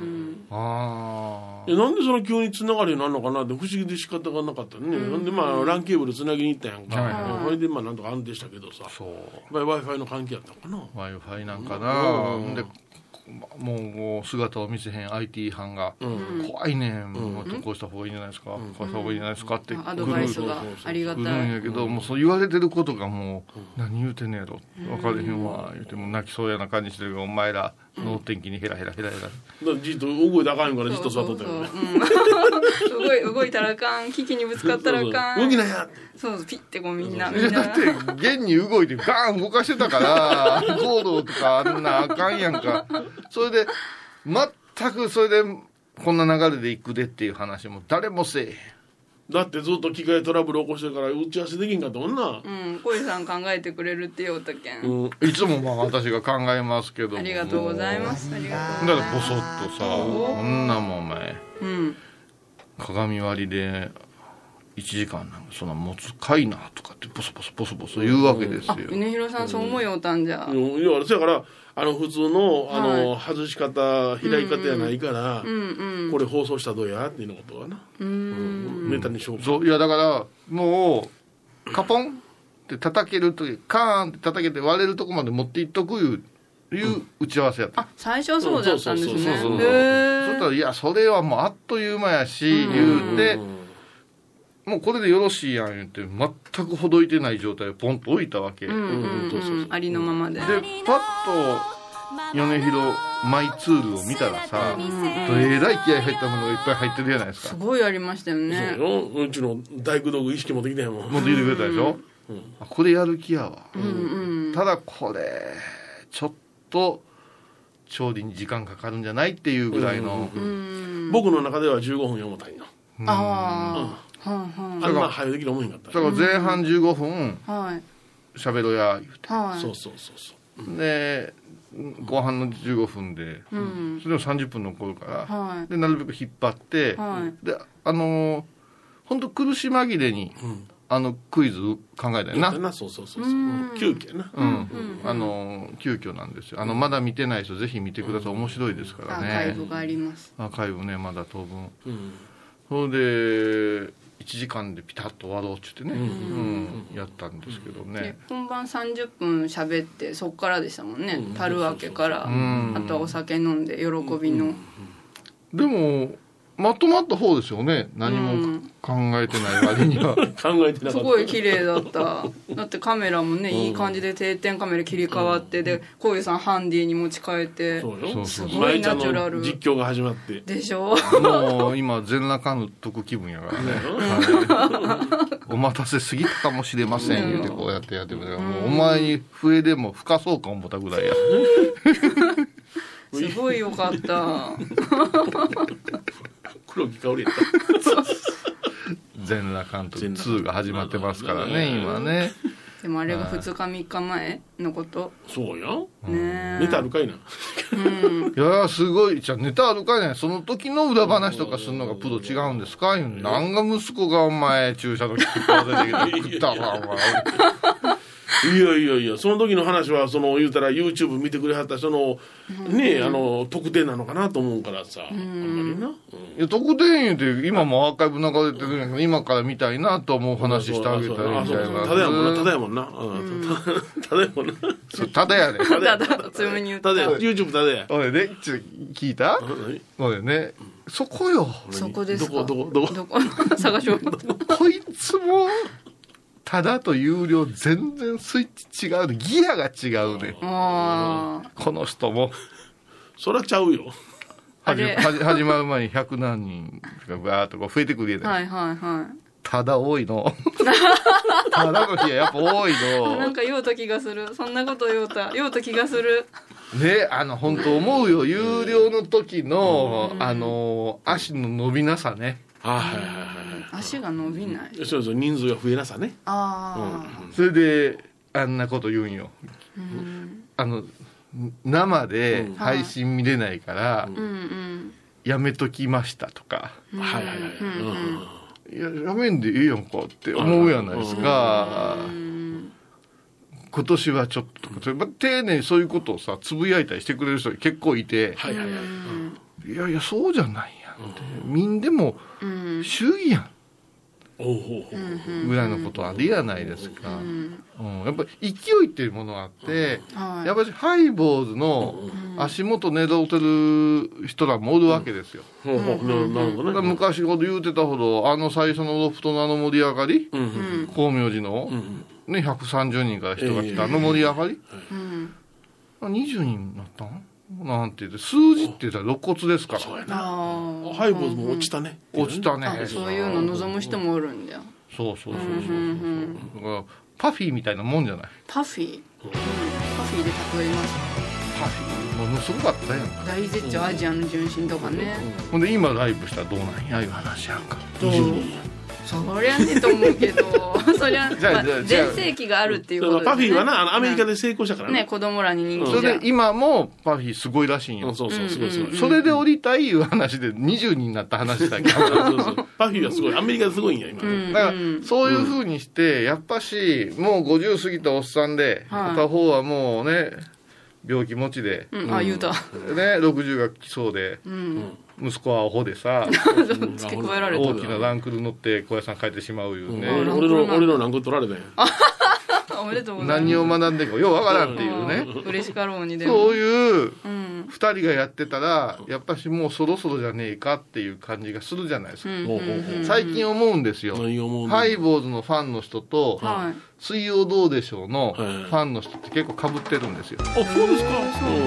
Speaker 3: なんでその急につながるようになるのかなって不思議で仕方がなかったね。なんでLAN ケーブルつなぎに行ったやんか。それでなんとか安定したけどさ。Wi-Fi の関係やったのかな。
Speaker 4: Wi-Fi なんかな。でもう姿を見せへん IT 班が怖いねん、もうこうした方がいいんじゃないですか、こうした方がいいんじゃないですかって
Speaker 2: アドバイスがありがたい
Speaker 4: 来るんやけど、もうそう言われてることがもう何言うてんねやろ分かれへんわ言うても泣きそうやな感じしてるがお前ら能天気にヘラヘラ
Speaker 3: じっと動いたらあかんからじっと座っとったよね。
Speaker 2: 動いたらあかん、機器にぶつかったらあかん、
Speaker 3: 動きなや
Speaker 2: そうピッてこうみんな
Speaker 4: だって現に動いてガーン動かしてたからコードとかあんなあかんやんか。それで全くそれでこんな流れで行くでっていう話も誰もせえへん。
Speaker 3: だってずっと機械トラブル起こしてるから打ち合わせできんかったもんな。
Speaker 2: 小井さん考えてくれるって言おったけん、
Speaker 4: いつも私が考えますけど
Speaker 2: ありがとうございます。ありがとう。
Speaker 4: だからボソッとさこんなもんお前、鏡割りで1時間なんかそんな持つかいなとかってボソボソ言うわけですよ。
Speaker 2: 米広さんそう思いようたんじゃ。
Speaker 3: いやそやから普通の外し方開き方やないから、これ放送したらどうやっていうのことはな、ネタにしようか。
Speaker 4: そういやだからもうカポンって叩けるときカーンって叩けて割れるとこまで持っていっとくいう打ち合わせやった。
Speaker 2: 最初はそうだったんですね。そ
Speaker 4: したらいやそれはもうあっという間やし言うて、もうこれでよろしいやん言って全くほどいてない状態をポンと置いたわけ。
Speaker 2: ありのままで。
Speaker 4: でパッと米広マイツールを見たらさ、えらい気合い入ったものがいっぱい入ってるじゃないですか。
Speaker 2: すごいありましたよね。
Speaker 3: うちの大工道具意識持ってきたやもん。
Speaker 4: 持ってきてくれたでしょ。これやる気やわ。ただこれちょっと調理に時間かかるんじゃないっていうぐらいの、
Speaker 3: 僕の中では15分読むたいな。あんな早できる思いんかった。
Speaker 4: だから前半15分喋ろや言うて、
Speaker 3: そう
Speaker 4: で後半の15分で、それを30分残るから、でなるべく引っ張って、で本当苦し紛れに、クイズ考えたよな。
Speaker 3: 急遽な。
Speaker 4: 急遽なんですよ。まだ見てない人ぜひ見てください。面白いですからね。
Speaker 2: アーカイブがあります。
Speaker 4: アーカイブねまだ当分。それで1時間でピタッと終わろうって言ってね、やったんですけどね。
Speaker 2: 本番30分喋ってそっからでしたもんね。樽開けから、あとはお酒飲んで喜びの。
Speaker 4: でもまとまった方ですよね。何も考えてない割には
Speaker 3: 考えてなかった。
Speaker 2: すごい綺麗だった。だってカメラもね、いい感じで定点カメラ切り替わって、でこういうさんハンディに持ち替えて、すごいナチュラル。
Speaker 3: 実況が始まって
Speaker 2: でしょ。
Speaker 4: もう今全裸監督気分やからね。お待たせすぎたかもしれません言うてこうやってやってるから、もうお前に笛でも吹かそうか思ったぐらいや。
Speaker 2: すごいよかった。
Speaker 3: 黒木香織やった。
Speaker 4: 全裸監督2が始まってますからね今ね。
Speaker 2: でもあれが2日3日前のこと。
Speaker 3: そうや
Speaker 2: ね。
Speaker 3: ネタあるかいな。
Speaker 4: いやすごい。じゃあネタあるかいな。その時の裏話とかするのがプロ違うんですか。なんが息子がお前注射の切符を出てきて食ったわお前。
Speaker 3: いやその時の話は言うたら YouTube 見てくれはった人のね特典なのかなと思うからさ、あんまりな。
Speaker 4: いや特典言うて今もアーカイブ流れてるんやけど今から見たいなと思う話してあげたりみたいな。
Speaker 3: ただやもんな。
Speaker 4: ただやで。
Speaker 2: ただ強めに言った。
Speaker 3: YouTube ただや。
Speaker 4: 俺ねちょっと聞いた？俺ねそこよ。
Speaker 2: そこですか。
Speaker 3: どこ
Speaker 2: 探しよう。
Speaker 4: こいつもただと有料全然スイッチ違うね。ギアが違うね。この人も
Speaker 3: そらちゃうよ。
Speaker 4: 始まる前に100何人がバーっと増えてくるや
Speaker 2: ない。はいはいはい。
Speaker 4: ただ多いの。ただの日はやっぱ多いの。
Speaker 2: なんか言うた気がする。そんなこと言うた気がする。
Speaker 4: ね、本当思うよ。有料の時の、足の伸びなさね。
Speaker 3: はいはいはい。
Speaker 2: 足が伸びない。
Speaker 3: そうそう、人数が増えなさね。
Speaker 4: それで、あんなこと言うんよ。生で配信見れないから、やめときましたとか。
Speaker 3: はいはいはい。
Speaker 4: いや、やめんでいいやんかって思うやないですか。今年はちょっと、丁寧にそういうことをさ、つぶやいたりしてくれる人結構いて、いやいや、そうじゃないやんって。みんでも、主義やん。ぐらいのことありやないですか。やっぱり勢いっていうものがあって、やっぱりハイボーズの足元ねどってる人らもおるわけですよ。昔ほど言うてたほど最初のロフトの盛り上がり、光明寺の、ね、130人から人が来た盛り上がり、20人になったんなんて言って数字って言ったら露骨ですから。
Speaker 3: そうやな。ハイボーズも落ちたね。
Speaker 4: 落ちたね。
Speaker 2: そういうの望む人もおるんだよ。
Speaker 4: そうだからパフィーみたいなもんじゃない。
Speaker 2: パフィー、パフィーで例えます。
Speaker 4: パフィーものすごかったやん。
Speaker 2: 大絶頂アジアの純真とかね。
Speaker 4: ほんで今ライブしたらどうなんやいう話やんか。
Speaker 2: そりゃねと思うけど、そりゃ全盛期があるっていうことですね。
Speaker 3: パフィーはな、アメリカで成功したからね。
Speaker 2: 子供らに人気じゃん。
Speaker 4: それで今もパフィーすごいらしいんよ。
Speaker 3: そうすごいすごい。
Speaker 4: それで降りたいいう話で20人になった話だけど。
Speaker 3: パフィーはすごい。アメリカですごいんや今。
Speaker 4: だからそういう風にしてやっぱしもう50過ぎたおっさんで、片方はもうね病気持ちで、
Speaker 2: 言うた。
Speaker 4: ね60が来そうで。息子はアホでさ
Speaker 2: 付け加えられた
Speaker 4: 大きなランクル乗って小屋さん帰ってしまういうね、
Speaker 3: 俺のランクル取られたんや。
Speaker 2: おめでとうございます。
Speaker 4: 何を学んでんかようわからんっていうね、
Speaker 2: 嬉しかろうにでも
Speaker 4: そういう2人がやってたらやっぱしもうそろそろじゃねえかっていう感じがするじゃないですか。最近思うんですよ。ハイボーズのファンの人と水曜どうでしょうのファンの人って結構被ってるんですよ。
Speaker 3: あ、そうですか。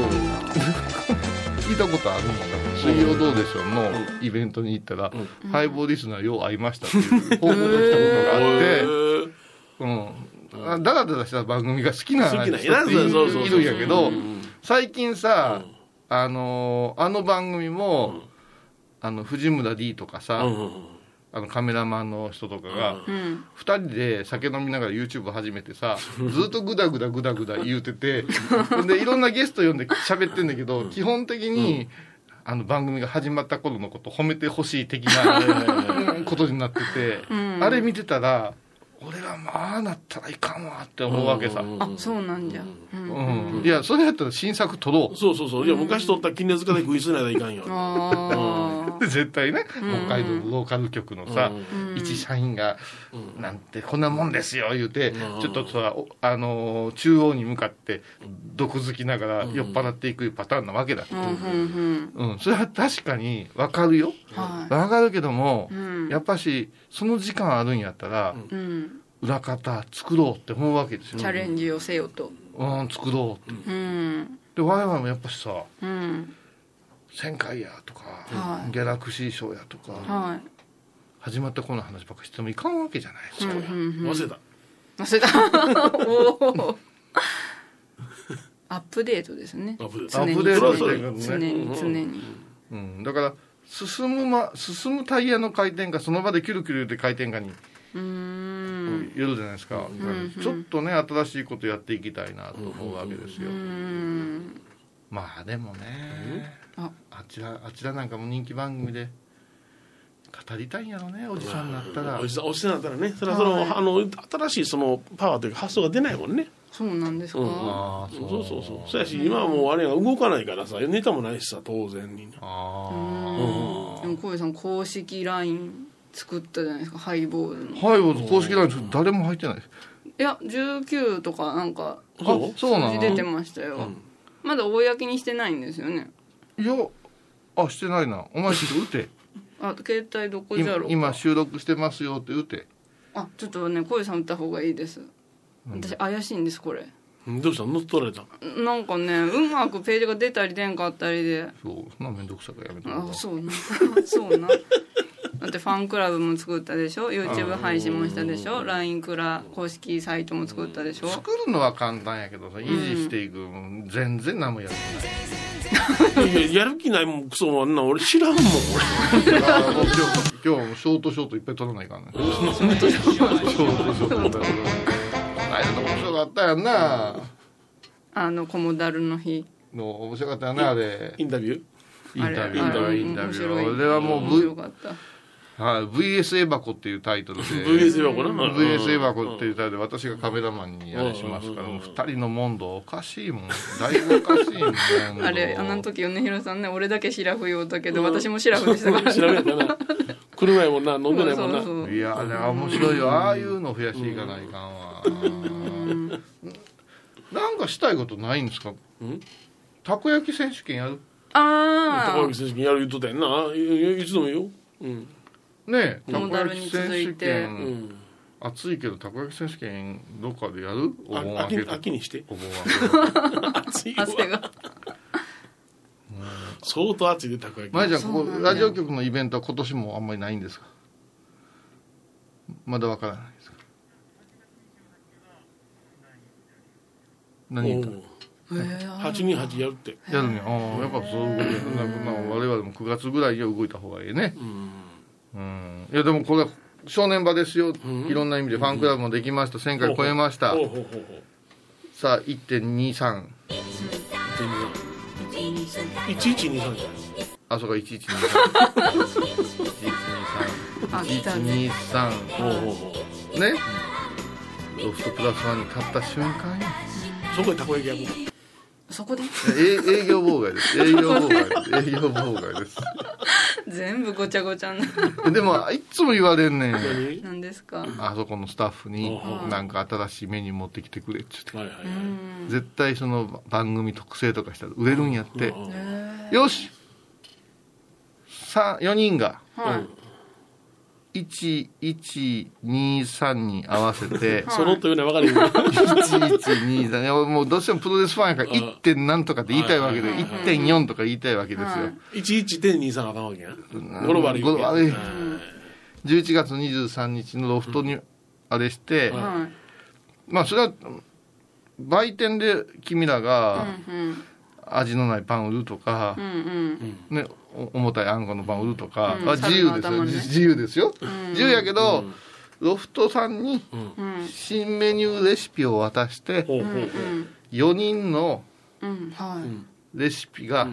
Speaker 4: 聞いたことあるもんだから、水曜どうでしょうのイベントに行ったら、ハイボーリスナーよう会いましたっていう報告が来たことがあって、ダラダラした番組が好きな人っているんやけど、最近さ、あの番組も藤村 D とかさ、カメラマンの人とかが2人で酒飲みながら YouTube 始めてさ、ずっとグダグダ言うてて、でいろんなゲスト呼んで喋ってんだけど、基本的に番組が始まった頃のこと褒めてほしい的なことになってて、あれ見てたら俺はまあなったらいかんわって思うわけさ。
Speaker 2: あ、そうなんじゃ。
Speaker 4: いやそれやったら新作撮ろう。
Speaker 3: そういや昔撮った金塚で食いつないだいかんよ。
Speaker 4: 絶対ね、北海道のローカル局のさ、一社員がなんてこんなもんですよ言うて、ちょっとさ中央に向かって毒づきながら酔っ払っていくパターンなわけだ。それは確かに分かるよ。分かるけども、やっぱしその時間あるんやったら裏方作ろうって思うわけですよ。
Speaker 2: チャレンジをせよと。
Speaker 4: 作ろうって。で我々もやっぱしさ、1000回やとか、ギャラクシー賞やとか、始まったこの話ばっかりしてもいかんわけじゃないですか。
Speaker 3: 忘れた
Speaker 2: おアップデートですね。
Speaker 4: アップデート
Speaker 2: 常に、
Speaker 4: だから進むタイヤの回転がその場でキュルキュルで回転がによるじゃないですか。ちょっとね新しいことやっていきたいなと思うわけですよ。まあでもね、あちらなんかも人気番組で語りたいんやろね、おじさんになったら。おじさんになったらね、それは新しいそのパワーというか発想が出ないもんね。
Speaker 2: そうなんですか。
Speaker 3: そうやし今はもうあれが動かないからさ、ネタもないしさ、当然に。で
Speaker 2: も小江さん公式 LINE 作ったじゃないですか、ハイボーズの。
Speaker 4: ハイボーズ公式 LINE 誰も入ってない。い
Speaker 2: や19とかなんか
Speaker 4: そうなの
Speaker 2: 出てましたよ。まだ公にしてないんですよね。
Speaker 4: いやしてないな。お前ちょっと打て
Speaker 2: 携帯どこじゃろうか。
Speaker 4: 今収録してますよって打て。
Speaker 2: ちょっとね、小江さん打った方がいいです。私怪しいんですこれ。
Speaker 3: どうしたの？乗っ取られた？
Speaker 2: なんかね、うまくページが出たり出んかったりで。
Speaker 4: そう、そんなめんどくさくやめた。
Speaker 2: あ、そうな。そうな。だってファンクラブも作ったでしょ、 YouTube 配信もしたでしょ、 LINE クラ公式サイトも作ったでしょ。
Speaker 4: 作るのは簡単やけどさ、維持していく、全然何もやる
Speaker 3: いや、やる気ないもんクソもんな、俺知らんもん
Speaker 4: 俺。今日もショートいっぱい撮らないからね。ショートあれ面白かったやんな。
Speaker 2: コモダルの日
Speaker 4: の面白かったやんな、あれ。
Speaker 3: インタビュー。
Speaker 4: 俺はもう
Speaker 2: 面白かった。
Speaker 4: VS エバコっていうタイトルで
Speaker 3: VS エバコな
Speaker 4: VS エバコっていうタイトルで私がカメラマンにあれしますから、2人の問答おかしいもん、だいぶおかしいもん
Speaker 2: あれ、あの時米広さんね、俺だけシラフ言うたけど、私もシラフでしたからね。
Speaker 3: 車やもんな、飲んでないもんな。
Speaker 2: そう
Speaker 4: いや、あれ面白いよ。ああいうの増やしていかないかんわ。なんかしたいことないんですか？たこ焼き選手権やる？
Speaker 3: たこ焼き選手権やる言っとったやんな。いつでもいいよ。
Speaker 4: ねえ、たこ
Speaker 2: モダル
Speaker 4: 焼き選
Speaker 2: に続い
Speaker 4: 手
Speaker 2: て
Speaker 4: 権、暑いけどたこ焼き選手権どっかでやる？お盆明け
Speaker 3: 秋にして。
Speaker 4: お盆明け
Speaker 3: 暑い
Speaker 2: 汗が
Speaker 3: 相当暑いでたこ焼き。
Speaker 4: 前じゃん、ここラジオ局のイベントは今年もあんまりないんですか？まだわからないですか？何言ったの
Speaker 3: 828やるって
Speaker 4: やるね。やっぱそう動いてる。我々も9月ぐらいには動いた方がいいね。いやでもこれ正念場ですよ。いろんな意味でファンクラブもできました。1000回超えました。さあ 1.23
Speaker 3: 1123じゃない。
Speaker 4: あ、そうか、1123 123ね。ロフトプラスワンに勝った瞬間に
Speaker 3: そこでたこ焼き焼く。
Speaker 2: そこで
Speaker 4: 営業妨害です。営業妨害です。
Speaker 2: 全部ごちゃごちゃに
Speaker 4: でもいつも言われんねん。
Speaker 2: 何ですか？
Speaker 4: あそこのスタッフになんか新しいメニュー持ってきてくれって言って、
Speaker 3: はい
Speaker 4: 絶対その番組特製とかしたら売れるんやって。よし4人が1123に合わせて
Speaker 3: 揃ったような分かるよ
Speaker 4: 1123、もうどうしてもプロレスファンやから 1. 点何とかって言いたいわけで 1.4 とか言いたいわけですよ。
Speaker 3: 11.23あかんわけや。語呂悪い。
Speaker 4: 11月23日のロフトにあれして、まあそれは売店で君らが味のないパン売るとか、ね、重たいあんこのパン売るとか、自由ですよ、自由ですよ、自由やけど、ロフトさんに新メニューレシピを渡して、4人のレシピが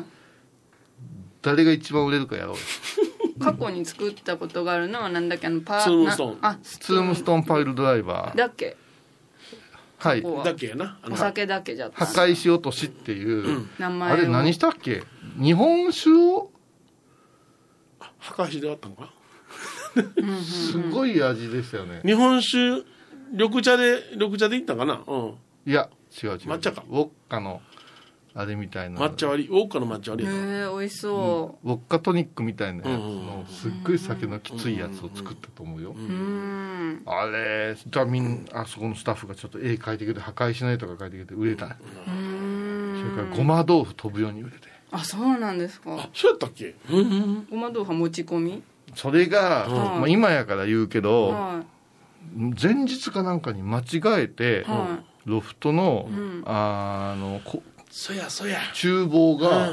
Speaker 4: 誰が一番売れるかやろう。
Speaker 2: 過去に作ったことがあるのはなんだっけ、
Speaker 3: ツームストーン。
Speaker 4: ツームストーンパイルドライバー
Speaker 2: だっけ。
Speaker 4: はい、
Speaker 3: だけやな。
Speaker 2: お酒だけじゃ
Speaker 4: 破壊し落としっていう、
Speaker 2: 名前を
Speaker 4: あれ何したっけ、日本酒を
Speaker 3: 破壊しであったのか
Speaker 4: すごい味でしたよね。
Speaker 3: 日本酒緑茶でいったかな。
Speaker 4: いや違う
Speaker 3: 抹茶か。
Speaker 4: ウォッカのあれみたいな、
Speaker 3: 抹茶割り、ウォッカの抹茶割り。
Speaker 2: 美味しそう、
Speaker 4: ウォッカトニックみたいなやつのすっごい酒のきついやつを作ったと思うよ。あれじゃああそこのスタッフがちょっと絵描いてくれて破壊しないとか描いてくれて売れた。それからごま豆腐飛ぶように売れて。
Speaker 2: あ、そうなんですか。
Speaker 3: あ、そうやったっけ。
Speaker 2: ごま豆腐は持ち込み。
Speaker 4: それが、まあ、今やから言うけど、前日かなんかに間違えて、ロフトの、
Speaker 3: そや
Speaker 4: 厨房が、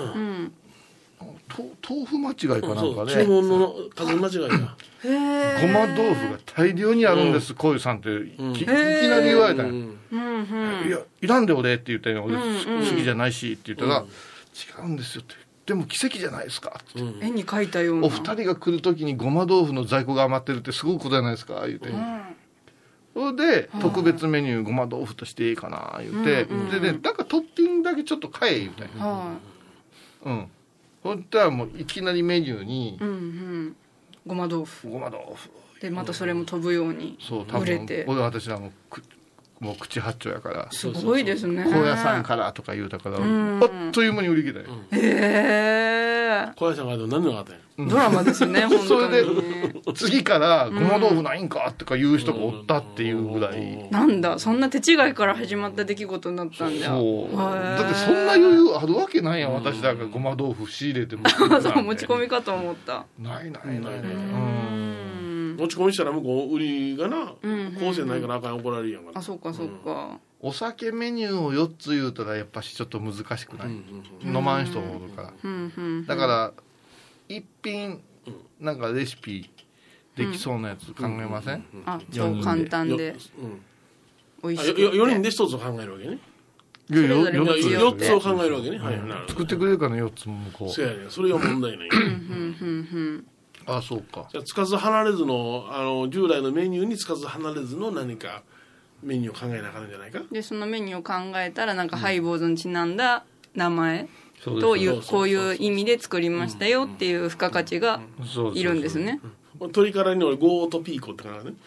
Speaker 4: 豆腐間違いかなんかで、
Speaker 3: 注文の数間違いだ。
Speaker 4: ごま豆腐が大量にあるんです、こういうさんっていきなり言われたんいやいらんで俺って言ったよ、俺好きじゃないしって言ったら、違うんですよって、でも奇跡じゃないですかって
Speaker 2: 絵に描いたような。
Speaker 4: お二人が来る時にごま豆腐の在庫が余ってるってすごいことじゃないですか言うて、それで特別メニューごま豆腐としていいかな言うて、でね、だからトッピングだけちょっと変え言うたんや。そしたらもういきなりメニューに
Speaker 2: ごま豆腐
Speaker 4: で、
Speaker 2: またそれも飛ぶように売れて、
Speaker 4: 俺私もう口八丁やから
Speaker 2: すごいですね。
Speaker 4: 高野山からとか言うたから、あっという間に売り切れたよ。
Speaker 3: 高野山からでも何でもなかったんや。
Speaker 2: ドラマですね本当に。
Speaker 4: それで次からごま豆腐ないんかとか言う人がおったっていうぐらい、
Speaker 2: なんだそんな手違いから始まった出来事になったんだ。
Speaker 4: そうだってそんな余裕あるわけないやん。私だからごま豆腐仕入れても
Speaker 2: そう持ち込みかと思った。
Speaker 4: ないないない、
Speaker 3: 持ち込みしたら向こう売りがな構成ないからあかん怒られるやんか。
Speaker 2: あそうかそうか。
Speaker 4: お酒メニューを4つ言うたらやっぱしちょっと難しくない、飲まん人もおるから、だから一品なんかレシピできそうなやつ考えません？
Speaker 2: あそう簡単で美味しくて
Speaker 3: 4人で1つを考えるわけね。
Speaker 4: いや
Speaker 3: 4つを考えるわけね。
Speaker 4: 作ってくれるかな4つも向こう。
Speaker 3: そうやね。それが問題ない。
Speaker 4: あそうか。
Speaker 3: じゃあつかず離れずの従来のメニューにつかず離れずの何かメニューを考えなあかんじゃないか。
Speaker 2: でそのメニューを考えたらなんかハイボーズにちなんだ名前というこういう意味で作りましたよっていう付加価値がいるんですね。
Speaker 3: 鶏からに俺ゴーとピーコってからね。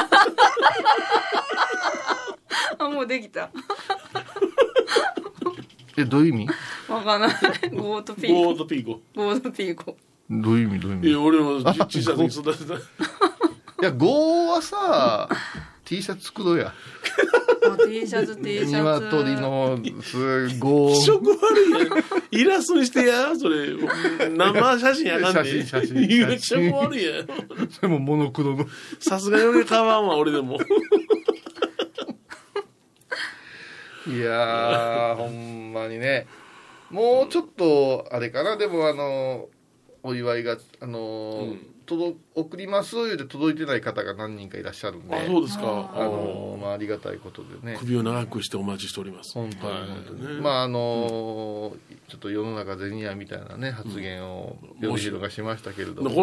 Speaker 2: あもうできた。
Speaker 4: どういう意味？
Speaker 2: わかんない。ゴーとピーコ。
Speaker 3: ゴーとピーコ。
Speaker 2: ゴーとピーコ。
Speaker 4: どういう意味どういう意味？
Speaker 3: 俺も小さい時育てた。い
Speaker 4: やゴーはさT シャツ作ろうや。
Speaker 2: T シャツ。
Speaker 4: 鶏のすごい。
Speaker 3: 気色悪いやん。イラストにしてやそれ生写真やかんで。
Speaker 4: 写真。
Speaker 3: 気色悪いやん。
Speaker 4: それもモノクロの。
Speaker 3: さすがに俺買わんわ俺でも。
Speaker 4: いやーほんまにね。もうちょっとあれかな。でもお祝いが送ります言うて届いてない方が何人かいらっしゃるんで。
Speaker 3: あそうですか。
Speaker 4: まあありがたいことでね。
Speaker 3: 首を長くしてお待ちしております。
Speaker 4: 本当に、まあちょっと世の中銭やみたいなね発言を米広がしましたけれども、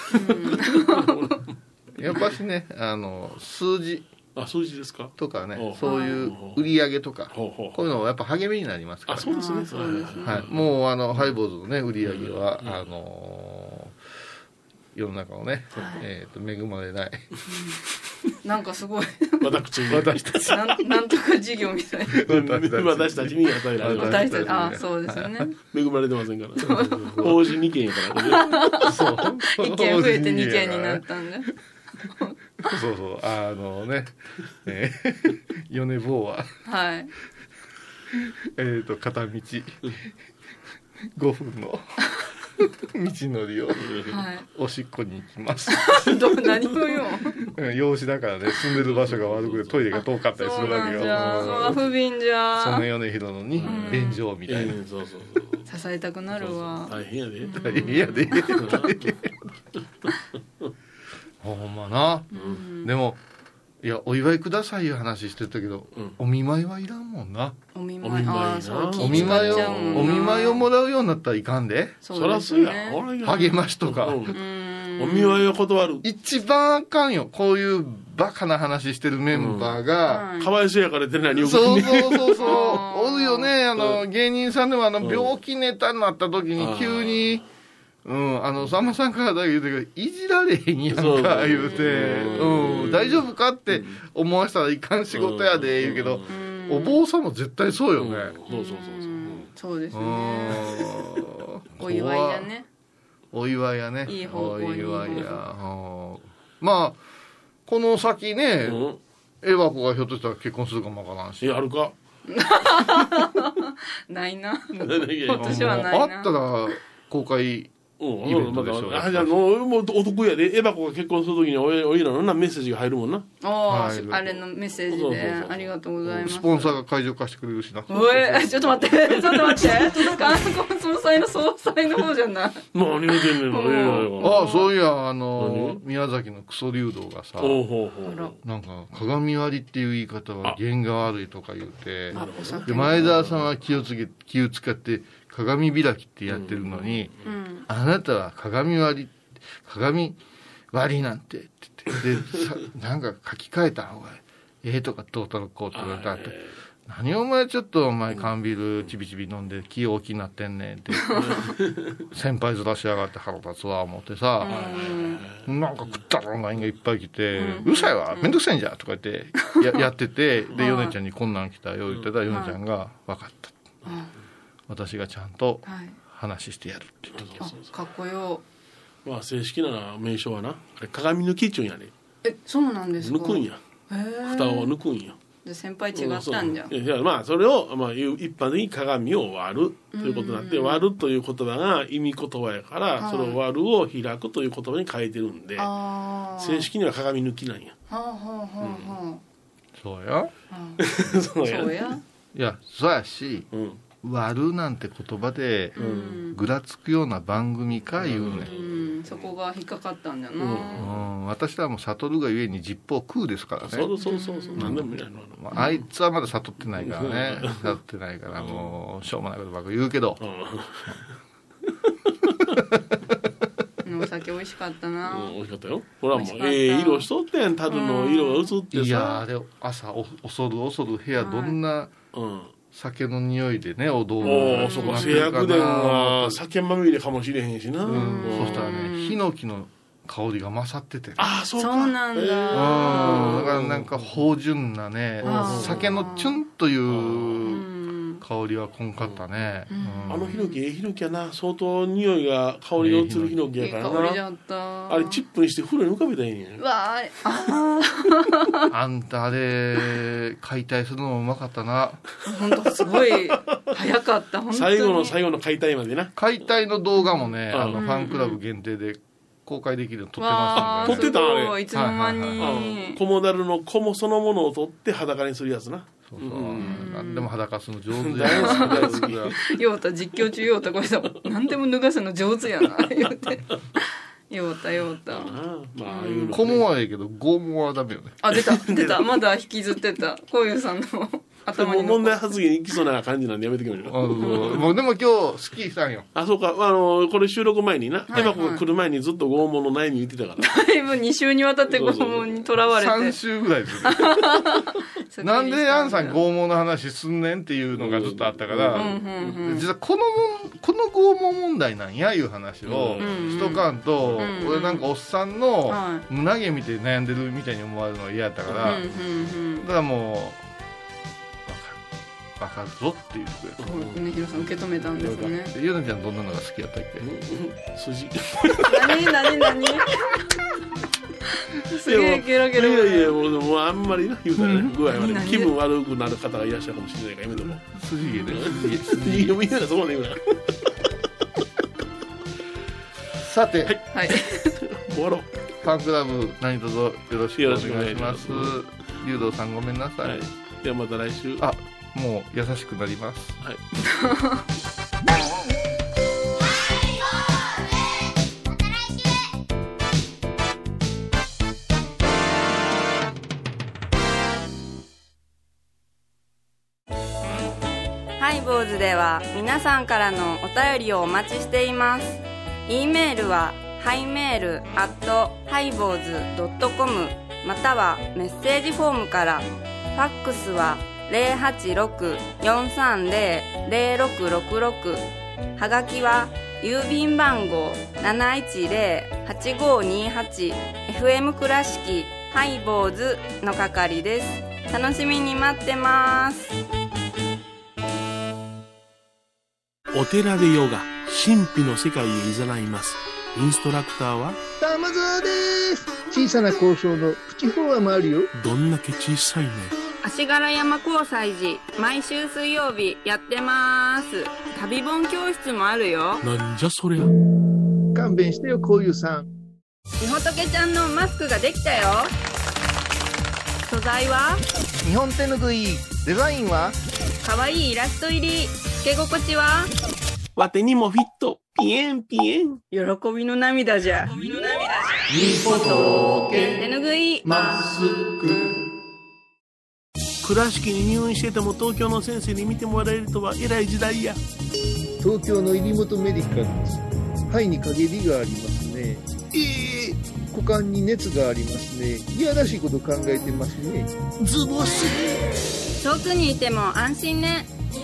Speaker 4: やっぱしね数字
Speaker 3: ですか
Speaker 4: とかね、そういう売り上げとかこういうのはやっぱ励みになりますから。
Speaker 3: そうですね。
Speaker 4: はい、もうハイボーズのね売り上げは世の中をね、恵まれない。
Speaker 2: なんかすごい。
Speaker 3: 私たち
Speaker 2: なんとか事業みたいな。
Speaker 3: 私たちに与えられる。
Speaker 2: 私たちあそうですよね。
Speaker 3: 恵まれてませんから。法人2件やから。
Speaker 2: そう。1件増えて2件になったんで。
Speaker 4: そうね米坊は
Speaker 2: はい
Speaker 4: 片道5分の道のりをおしっこに行きます。
Speaker 2: 何をよ。
Speaker 4: 養子だからね住んでる場所が悪くてトイレが遠かったりするわけよ。
Speaker 2: 不憫じゃ。
Speaker 4: その米広のに便所みたいな。
Speaker 2: 支えたくなるわ。
Speaker 3: 大変やで。
Speaker 4: 大変やで。ほんまな。でもいやお祝いくださいいう話してたけど、お見舞いはいらんもんな。
Speaker 2: お見舞いな。
Speaker 4: お見舞いをもらうようになったらいかんで。
Speaker 3: そらそうや。
Speaker 4: 励ましとか。
Speaker 3: お見舞いを断る。
Speaker 4: 一番あかんよ。こういうバカな話してるメンバーが
Speaker 3: かわいそうやから出ないに。
Speaker 4: そうおるよね。芸人さんでも病気ネタになった時に急にさんまさんからだけ言うていじられへんやんか言うて、大丈夫かって思わせたらいかん仕事やで言うけど、お坊さんも絶対そうよね。
Speaker 2: そうですね。お祝いだね。
Speaker 4: お祝いやね。
Speaker 2: いい方向に。お祝いや。
Speaker 4: まあこの先ね、エバコがひょっとしたら結婚するかもわからんし。
Speaker 3: あるか。
Speaker 2: ないな。今年はないな。
Speaker 4: あったら公開。イベントでしょう。
Speaker 3: もうお得やで。エバコが結婚するときにおいらのメッセージが入るもんな。
Speaker 2: あれのメッセージでありがとうございます。
Speaker 4: スポンサーが会場貸してくれるしな。
Speaker 2: ちょっと待って観光総裁の総裁の方じゃない。
Speaker 3: 何言うてんねん。
Speaker 4: そういや宮崎のクソ流道がさ、なんか鏡割りっていう言い方は弦が悪いとか言うて、で前澤さんは気を使って鏡開きってやってるのに、あなたは鏡割りなんてって言って、でなんか書き換えた方がとかどうたらこうとかって、 何お前ちょっとお前缶ビールちびちび飲んで気大きになってんねんって先輩ずらしやがって腹立つわ思ってさ、なんか食ったろんがいいっぱい来て、うるさいわめんどくさいんじゃとか言ってやってて、でヨネちゃんにこんなん来たよ言ってたらヨネちゃんが分かった、私がちゃんと話してやるって言ってた。
Speaker 2: かっこよ。
Speaker 3: まあ正式な名称はな、あれ鏡抜きっちゅうんやね。
Speaker 2: そうなんですか。
Speaker 3: 抜くんや、蓋を抜くんや。
Speaker 2: で先輩違ったんじゃ。
Speaker 3: いやまあそれを、まあ、一般的に鏡を割るということになって、割るという言葉が意味言葉やから、その割るを開くという言葉に変えてるんで、正式には鏡抜きなんや。
Speaker 4: そうや
Speaker 3: そうや。
Speaker 4: いやそうやし、割るなんて言葉でぐらつくような番組か言うねん。
Speaker 2: そこが引っかかったんだな。
Speaker 4: 私はもう悟がゆえに実法空ですからね。
Speaker 3: そう何でもいないの。
Speaker 4: あいつはまだ悟ってないからね。悟ってないからもうしょうもないことばっか言うけど。
Speaker 2: お酒美味しかったな。
Speaker 3: 美味しかったよ。ほらもう色しとってん、樽の色が映ってさ。
Speaker 4: いやあれ朝恐る部屋どんな酒の匂いでね踊る。
Speaker 3: そうか、製薬店は酒まみれかもしれへんしな。
Speaker 4: そしたらね、ヒノキの香りが勝ってて、
Speaker 2: そうなんだ。だ
Speaker 4: からなんか芳醇なね、酒のチュンという香りはこんかったね。
Speaker 3: あのヒノキヒノキやな、相当匂いが香りが移るヒノキやからな。あれチップにして風呂に浮かべたらいいねん。
Speaker 4: あんたあれ解体するのもうまかったな。
Speaker 2: 本当すごい早かった。本当に
Speaker 3: 最後の解体までな。
Speaker 4: 解体の動画もね、ファンクラブ限定で公開できるの撮ってま
Speaker 3: したね。撮ってたあれ。
Speaker 2: いつの間に。
Speaker 3: コモダルのコモそのものを取って裸にするやつな。
Speaker 4: そう何でも裸すの上手やな。
Speaker 2: 大好き。ヨウタ実況中ヨウタこれさ何でも脱がすの上手やな言うて。ヨウタ。
Speaker 4: コモはええけどゴモはダメよね。
Speaker 2: 出たまだ引きずってた。こういうさんの頭に
Speaker 3: 問題発言いきそうな感じなんでやめてくれる。
Speaker 4: もうでも今日スキーしたんよ。
Speaker 3: そうか、これ収録前にな、エマ子が来る前にずっと拷問の悩み言ってたから。
Speaker 2: だいぶ2週にわたって拷問にとらわれて。
Speaker 4: 3週ぐらいですよ。なんでアンさん拷問の話すんねんっていうのがずっとあったから、実はこの拷問問題なんやいう話をしとかんと、俺なんかおっさんの胸毛見て悩んでるみたいに思われるのが嫌やったから、だからもう分かるぞっていう
Speaker 2: ことで、ヒロさん受け止めたんですね。
Speaker 4: ゆなちゃんどんなのが好きやったっけ？
Speaker 3: 筋。
Speaker 2: 何すげえゲラゲラ。
Speaker 3: いやもうあんまりな言うたらね、具合悪い気分悪くなる方がいらっしゃるかもしれないからやめとこう。
Speaker 4: 筋毛ね。
Speaker 3: 筋毛も言うな、そこまで言うな。
Speaker 4: さて、
Speaker 3: 終わろう。
Speaker 4: ファンクラブ何卒よろしくお願いします。竜道さんごめんなさい。
Speaker 3: ではまた来週。
Speaker 4: もう優しくなります。
Speaker 2: ハイボーズでは皆さんからのお便りをお待ちしています。e メールはハイメール@highboz.com またはメッセージフォームから。ファックスは086-430-0666。はがきは郵便番号 710-8528 FM 倉敷ハイボーズの係です。楽しみに待ってます。
Speaker 3: お寺でヨガ、神秘の世界へ誘います。インストラクターは
Speaker 8: 玉沢です。小さな交渉のプチフォアもあるよ。
Speaker 3: どんだけ小さいね。
Speaker 2: 足柄山交際時毎週水曜日やってます。旅本教室もあるよ。
Speaker 3: なんじゃそりゃ。
Speaker 8: 勘弁してよこういうさん。
Speaker 2: みほとけちゃんのマスクができたよ。素材は
Speaker 8: 日本手ぬぐい。デザインは
Speaker 2: かわいいイラスト入り。つけ心地は
Speaker 3: わてにもフィット。ピエンピエン。
Speaker 2: 喜びの涙じゃ。
Speaker 3: みほとけ
Speaker 2: 手ぬぐい
Speaker 3: マスク。倉敷に入院してても東京の先生に見てもらえるとは偉い時代や。
Speaker 8: 東京の入本メディカルです。肺に陰りがありますね。股間に熱がありますね。いやらしいこと考えてますね。
Speaker 3: ズボス
Speaker 2: 遠くにいても安心ね。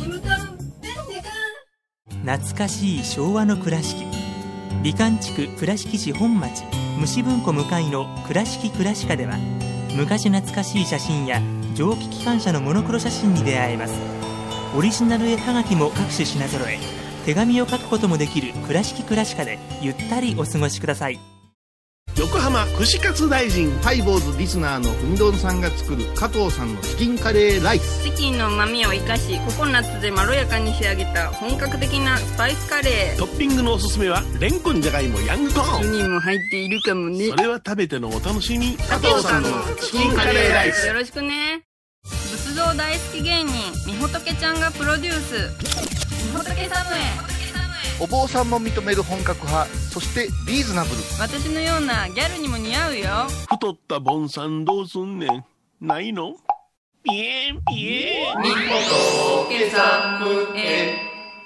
Speaker 9: 懐かしい昭和の倉敷、美観地区倉敷市本町虫文庫向かいの倉敷倉歯科では、昔懐かしい写真や蒸気機関車のモノクロ写真に出会えます。オリジナル絵はがきも各種品揃え、手紙を書くこともできる倉敷倉歯科でゆったりお過ごしください。
Speaker 10: 横浜串カツ大臣ハイボーズリスナーのうみどんさんが作る加藤さんのチキンカレーライス。
Speaker 2: チキンの旨味を生かし、ココナッツでまろやかに仕上げた本格的なスパイスカレー。
Speaker 10: トッピングのおすすめはレンコン、じゃがいも、ヤングコーン。
Speaker 2: 2人も入っているかもね。
Speaker 10: それは食べてのお楽しみ。加藤さんのチキンカレーライス、
Speaker 2: よろしくね。仏像大好き芸人みほとけちゃんがプロデュース、みほとけサムエ。
Speaker 10: お坊さんも認める本格派、そしてリーズナブル。
Speaker 2: 私のようなギャルにも似合うよ。
Speaker 10: 太ったボンさんどうすんねん、ないの？ピエンピエンみほとけサムエ。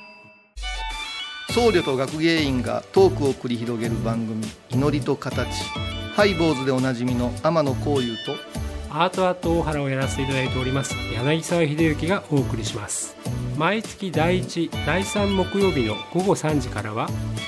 Speaker 10: 僧侶と学芸員がトークを繰り広げる番組、祈りと形。ハイボーズでおなじみの天野幸雄と
Speaker 11: アートアート大原をやらせていただいております柳沢秀幸がお送りします。毎月第1、第3木曜日の午後3時からは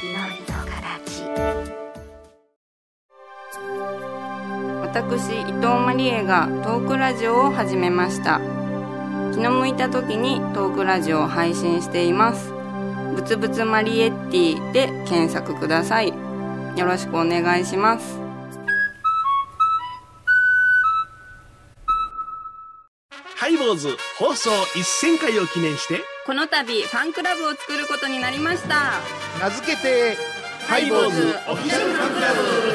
Speaker 2: 私伊藤マリエがトークラジオを始めました。気の向いた時にトークラジオを配信しています。ぶつぶつマリエッティで検索ください。よろしくお願いします。
Speaker 10: ハイボーズ放送1000回を記念して、
Speaker 2: この度ファンクラブを作ることになりました。
Speaker 10: 名付けてハイボーズオフィシャルファンクラブ。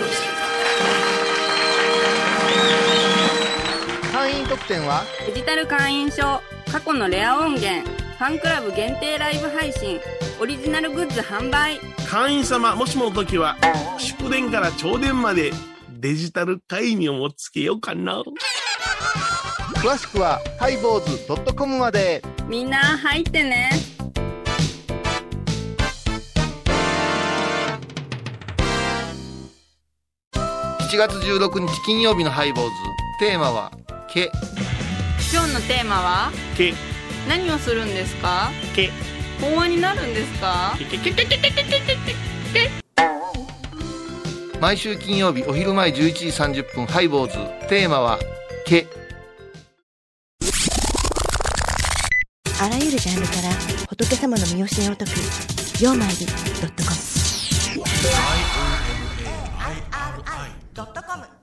Speaker 10: 会員特典は
Speaker 2: デジタル会員証、過去のレア音源、ファンクラブ限定ライブ配信、オリジナルグッズ販売。
Speaker 10: 会員様もしもの時は祝電から朝電までデジタル会員をもつけようかな。詳しくはハイボーズ.com まで。
Speaker 2: みんな入ってね。
Speaker 10: 7月16日金曜日のハイボーズ、テーマは毛。
Speaker 2: 今日のテーマは
Speaker 10: 毛。
Speaker 2: 何をするんですか？
Speaker 10: 毛。
Speaker 2: 法話になるんですか？
Speaker 10: 毎週金曜日お昼前11時30分ハイボーズ、テーマは毛。
Speaker 12: あらゆるジャンルから仏様の身教えを説くようまいり.com